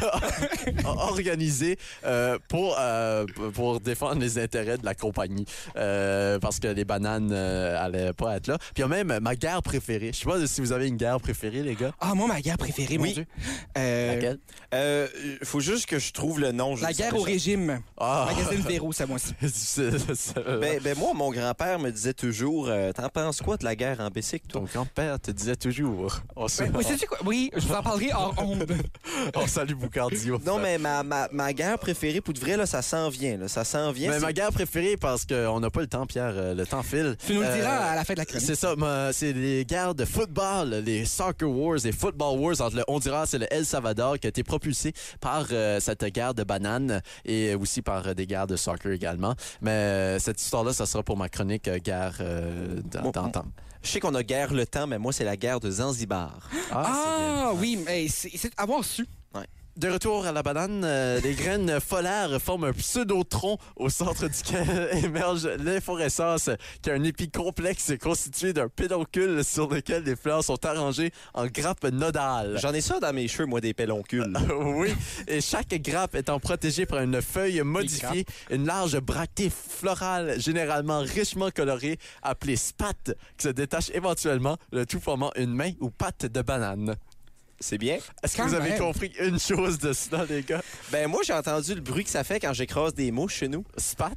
pour défendre les intérêts de la compagnie parce que les bananes allaient pas être là. Puis il y a même ma guerre préférée. Je sais pas si vous avez une guerre préférée, les gars. Ah, moi, ma guerre préférée, mon Dieu. Laquelle? Faut juste que je trouve le nom. La guerre au régime. Ah. Magazine Véro, ça, moi aussi. Ben, moi, mon grand-père me disait toujours t'en penses quoi de la guerre en Bessic, toi? Ton grand-père te disait toujours. Oui, c'est quoi? Oui, je vous en parlerai hors onde. On salue Boucardio. Non, mais ma guerre préférée, pour de vrai, là, ça s'en vient. Là, ça s'en vient. Mais ma guerre préférée, parce qu'on n'a pas le temps, Pierre, le temps file. Tu nous le diras à la fin de la chronique. C'est ça, c'est les guerres de football, les soccer wars, les football wars entre le Honduras et le El Salvador qui a été propulsé par cette guerre de bananes et aussi par des guerres de soccer également. Mais cette histoire-là, ça sera pour ma chronique guerre d'antan. Je sais qu'on a guerre le temps, mais moi, c'est la guerre de Zanzibar. Ah, oui, mais c'est avoir su. De retour à la banane, les graines folaires forment un pseudo-tronc au centre duquel émerge l'inflorescence, qui a un épi complexe constitué d'un pédoncule sur lequel les fleurs sont arrangées en grappes nodales. J'en ai ça dans mes cheveux, moi, des pédoncules. Oui, et chaque grappe étant protégée par une feuille modifiée, une large bractée florale généralement richement colorée, appelée spathe, qui se détache éventuellement, le tout formant une main ou patte de banane. C'est bien. Est-ce que vous avez compris une chose de cela, les gars? Ben moi, j'ai entendu le bruit que ça fait quand j'écrase des mouches chez nous. Spat?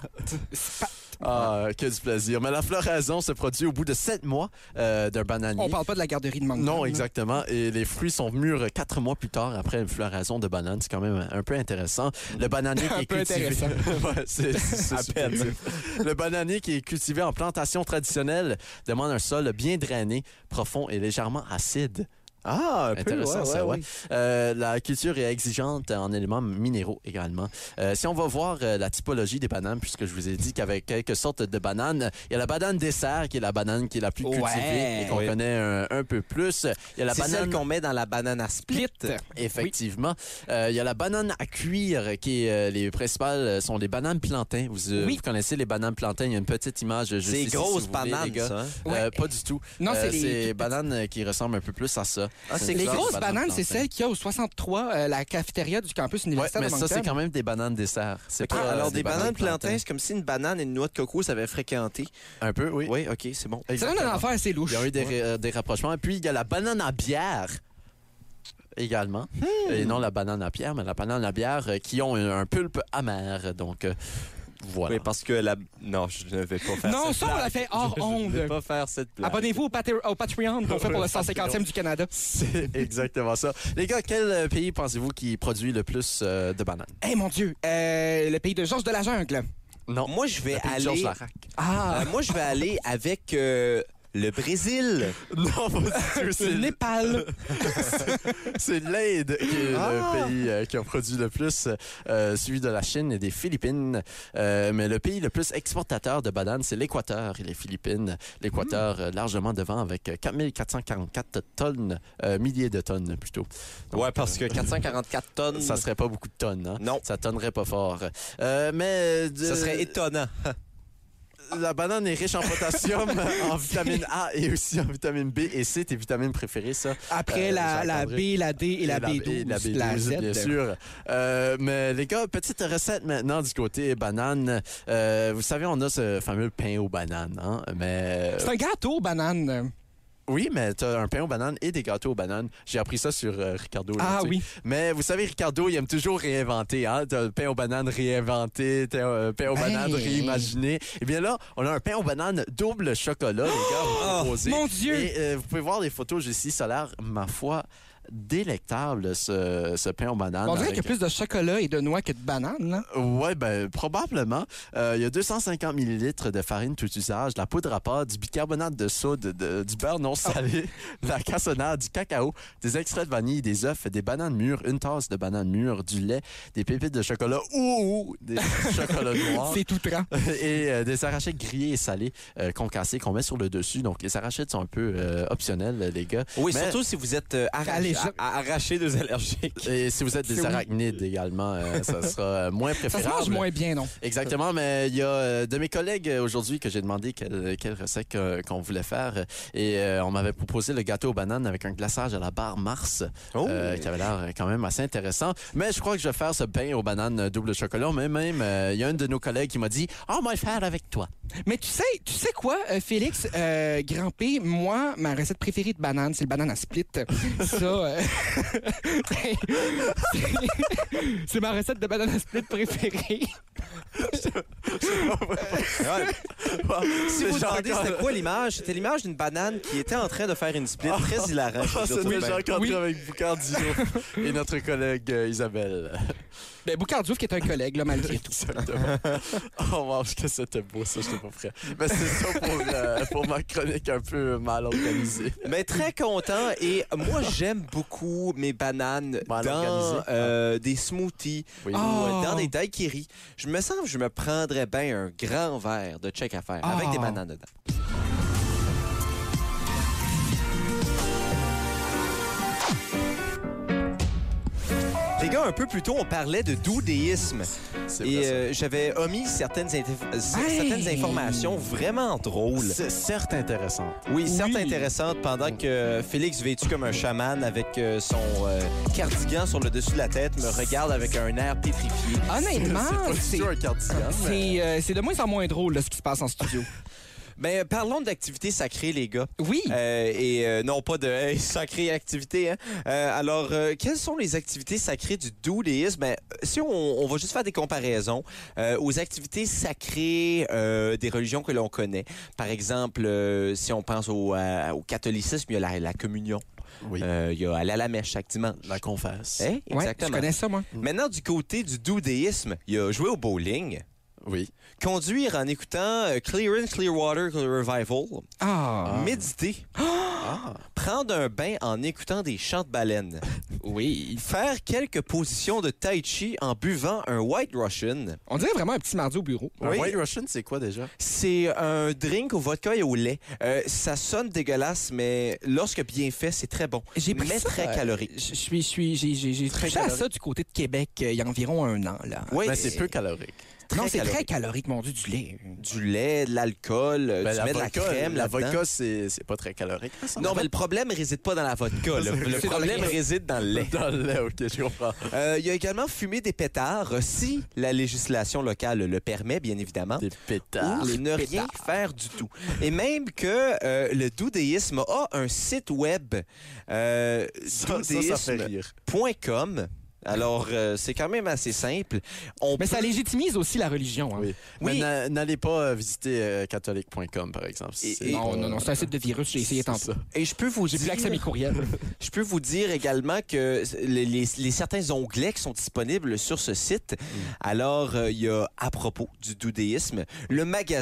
Ah, que du plaisir. Mais la floraison se produit au bout de 7 mois d'un bananier. On parle pas de la garderie de Moncton. Non, exactement. Et les fruits sont mûrs 4 mois plus tard après une floraison de banane. C'est quand même un peu intéressant. Le bananier qui est cultivé... ouais, c'est à peine. Le bananier qui est cultivé en plantation traditionnelle demande un sol bien drainé, profond et légèrement acide. Ah, un intéressant, peu, ça, ouais. ouais. La culture est exigeante en éléments minéraux également. Si on va voir la typologie des bananes, puisque je vous ai dit qu'avec quelques sortes de bananes, il y a la banane dessert, qui est la banane qui est la plus cultivée et qu'on connaît un peu plus. Il y a la banane celle qu'on met dans la banane à split. Effectivement. Il y a la banane à cuire, qui est les principales sont les bananes plantains. Vous connaissez les bananes plantains, il y a une petite image juste c'est ici, grosses si vous voulez, bananes, les gars. ça. Pas du tout. Non, c'est les bananes qui ressemblent un peu plus à ça. Ah, c'est les clair. grosses bananes, c'est celles qu'il y a au 63, la cafétéria du campus universitaire mais de Moncton. ça, c'est quand même des bananes dessert. C'est pas, Alors, des bananes plantains, c'est comme si une banane et une noix de coco s'avaient fréquenté. Un peu, oui. Oui, OK, c'est bon. Ça donne un affaire assez louche. Il y a eu des rapprochements. Et puis, il y a la banane à bière également. Et non la banane à pierre, mais la banane à bière qui ont un pulpe amer. Donc... voilà. Oui, parce que la... Non, je ne vais pas faire Non, cette ça, on l'a fait hors Je ne onde. vais pas faire cette blague. Abonnez-vous au Patreon qu'on fait pour le 150e du Canada. C'est exactement ça. Les gars, quel pays pensez-vous qui produit le plus de bananes? Eh, mon Dieu, le pays de Georges de la Jungle. Non. Moi, je vais Le pays de aller... Georges Larac. Ah! moi, je vais aller avec Le Brésil. Non, pas du tout. C'est Le Népal. C'est l'Inde qui est le pays qui a produit le plus, suivi de la Chine et des Philippines. Mais le pays le plus exportateur de bananes, c'est l'Équateur et les Philippines. L'Équateur largement devant avec 4444 tonnes, milliers de tonnes plutôt. Donc, Ouais, parce que 444 tonnes, ça serait pas beaucoup de tonnes. Hein? Non. Ça tonnerait pas fort. Mais ça serait étonnant. la banane est riche en potassium, en vitamine A et aussi en vitamine B et C, tes vitamines préférées, ça. Après la B, la D et la B12. La B12, bien sûr. Mais les gars, petite recette maintenant du côté banane. Vous savez, on a ce fameux pain aux bananes. Hein? Mais C'est un gâteau, banane. oui, mais tu as un pain aux bananes et des gâteaux aux bananes. J'ai appris ça sur Ricardo. Ah aujourd'hui. oui. Mais vous savez, Ricardo, il aime toujours réinventer. Hein? T'as le pain aux bananes réinventé, t'as un pain aux bananes reimaginé. Eh bien là, on a un pain aux bananes double chocolat, les gars. Vous proposez. Mon Dieu! Et vous pouvez voir les photos ici. Ça a l'air, ma foi, délectable, ce pain aux bananes. On dirait avec- qu'il y a plus de chocolat et de noix que de bananes. Là. Ouais, ben probablement. Il y a 250 ml de farine tout usage, de la poudre à pâte, du bicarbonate de soude, du beurre non salé, de la cassonade, du cacao, des extraits de vanille, des œufs, des bananes mûres, une tasse de bananes mûres, du lait, des pépites de chocolat ou des chocolats noirs C'est tout trans. et des arachides grillés et salés concassés qu'on met sur le dessus. Donc les arachides sont un peu optionnels, les gars. Oui, Mais- surtout si vous êtes arraché des allergiques. Et si vous êtes des Oui. arachnides également, ça sera moins Ça se préférable. mange moins bien, non? Exactement, mais il y a de mes collègues aujourd'hui que j'ai demandé quelle recette qu'on voulait faire et on m'avait proposé le gâteau aux bananes avec un glaçage à la barre Mars qui avait l'air quand même assez intéressant. Mais je crois que je vais faire ce pain aux bananes double chocolat. Mais même, il y a un de nos collègues qui m'a dit « on va le faire avec toi. Mais tu sais quoi, Félix, Grand P, moi, ma recette préférée de banane, c'est le banane à split. Ça, c'est ma recette de banane à split préférée. Si vous demandez c'était quoi l'image, c'était l'image d'une banane qui était en train de faire une split très hilarant. Ah, c'est Oui, déjà rencontré oui. avec Boucard Dino et notre collègue Isabelle. Ben, Boucard Diouf, qui est un collègue, là, malgré tout. Exactement. Oh wow, que c'était beau ça, j'étais pas prêt. Mais c'est ça pour ma chronique un peu mal organisée. Mais très content et moi j'aime beaucoup mes bananes Mal dans organisé. des smoothies Oui. ou Oh. dans des daiquiris. Je me sens que je me prendrais bien un grand verre de check à faire avec Oh. des bananes dedans. Les gars, un peu plus tôt, on parlait de doudéisme. C'est Et vrai, ça. j'avais omis certaines informations vraiment drôles. C'est certes intéressant. Oui, certes Oui. intéressantes, pendant que Félix, vêtu comme un chaman avec son cardigan sur le dessus de la tête, me regarde avec un air pétrifié. Honnêtement, C'est pas du c'est tout un cardigan. mais- c'est de moins en moins drôle, là, ce qui se passe en studio. Ben, parlons d'activités sacrées, les gars. Oui. Non pas de sacrée activité. Hein? Alors, quelles sont les activités sacrées du doudéisme? Ben, si on va juste faire des comparaisons aux activités sacrées des religions que l'on connaît. Par exemple, si on pense au catholicisme, il y a la communion. Oui, Il y a aller à la mèche chaque dimanche. la confesse. Hein? Ouais, je Exactement. connais ça, moi. Maintenant, du côté du doudéisme, il y a jouer au bowling, Oui. conduire en écoutant Clearwater Revival, méditer, prendre un bain en écoutant des chants de baleines, Oui. faire quelques positions de tai chi en buvant un White Russian. On dirait vraiment un petit mardi au bureau. Un Oui. White Russian, c'est quoi déjà? C'est un drink au vodka et au lait. Ça sonne dégueulasse, mais lorsque bien fait, c'est très bon. J'ai pris mais ça, très calorique. J'ai touché à ça du côté de Québec il y a environ un an, là. Oui, Ben, c'est peu calorique. Non, c'est calorique. très calorique, mon Dieu, du lait. Du lait, de l'alcool, Ben, tu mets de la crème la là-dedans. vodka, c'est pas très calorique. Non, mais le problème réside pas dans la vodka. là. Le C'est dans problème le lait. réside dans le lait. Dans le lait, OK, je comprends. Il y a également fumer des pétards, si la législation locale le permet, bien évidemment. Des pétards. Ou ne rien faire du tout. Et même que le doudéisme a un site web, Ça fait rire. doudéisme.com. Alors, c'est quand même assez simple. On Mais ça peut- légitimise aussi la religion. Hein. Oui. Oui. Mais n'allez pas visiter catholique.com, par exemple. Et- Non, c'est un site de virus, j'ai essayé tantôt. Et je peux vous J'ai plus accès à mes dire... courriels. Je peux vous dire également que les certains onglets qui sont disponibles sur ce site, alors il y a à propos du doudéisme, le magasin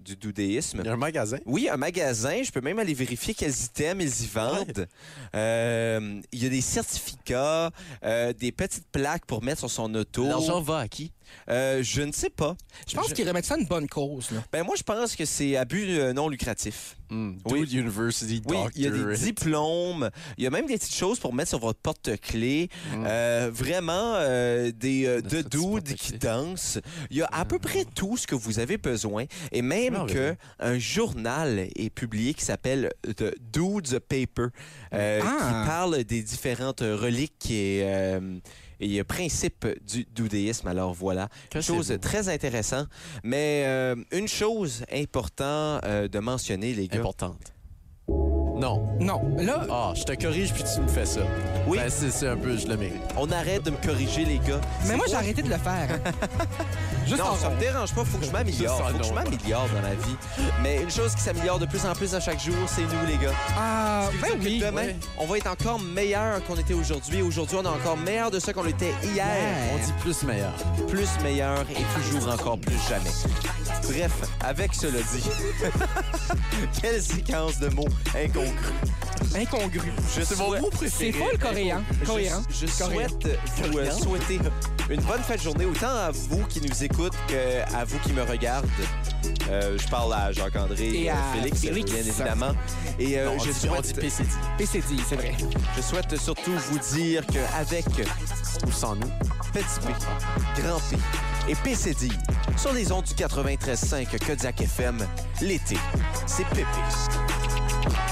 du doudéisme. Il y a un magasin. Oui, un magasin. Je peux même aller vérifier quels items ils y vendent. Il y a des certificats, des petites plaques pour mettre sur son auto. L'argent va à qui? Je ne sais pas. Je pense qu'ils remettent ça à une bonne cause. Là. Ben moi, je pense que c'est à but non lucratif. Oui. Dude University Oui, Doctor. il y a des diplômes. Il y a même des petites choses pour mettre sur votre porte-clés. Vraiment, de dudes qui dansent. Il y a à peu près tout ce que vous avez besoin. Et même un journal est publié qui s'appelle The Dude's Paper, qui parle des différentes reliques et principes du doudéisme. Alors voilà, une chose très intéressante. Mais une chose importante de mentionner, les gars. Importante. Non. Non, là... Ah, je te corrige puis tu me fais ça. Oui. Ben, c'est un peu, je le mérite. On arrête de me corriger, les gars. Mais moi, j'ai arrêté de le faire. Juste non, en ça rond. me dérange pas. Faut que je m'améliore. Juste en Faut que je rond. m'améliore dans la vie. Mais une chose qui s'améliore de plus en plus à chaque jour, c'est nous, les gars. Ah, ben Que oui. demain, ouais. on va être encore meilleur qu'on était aujourd'hui. Aujourd'hui, on est encore meilleur de ce qu'on était hier. On dit plus meilleur. Plus meilleur et toujours encore plus jamais. Bref, avec cela dit, quelle séquence de mots incongrus. Incongru. C'est mon mot préféré. C'est pas le coréen. Cohérent. Je souhaite vous souhaiter une bonne fin de journée, autant à vous qui nous écoutent qu'à vous qui me regardent. Je parle à Jacques-André Et à Félix, Félix. bien évidemment. Et Non, on dit PCD. PCD, c'est vrai. je souhaite surtout vous dire qu'avec Ou sans nous. Petit P, Grand P et PCD sur les ondes du 93.5 Kodiak FM, l'été, c'est pépé.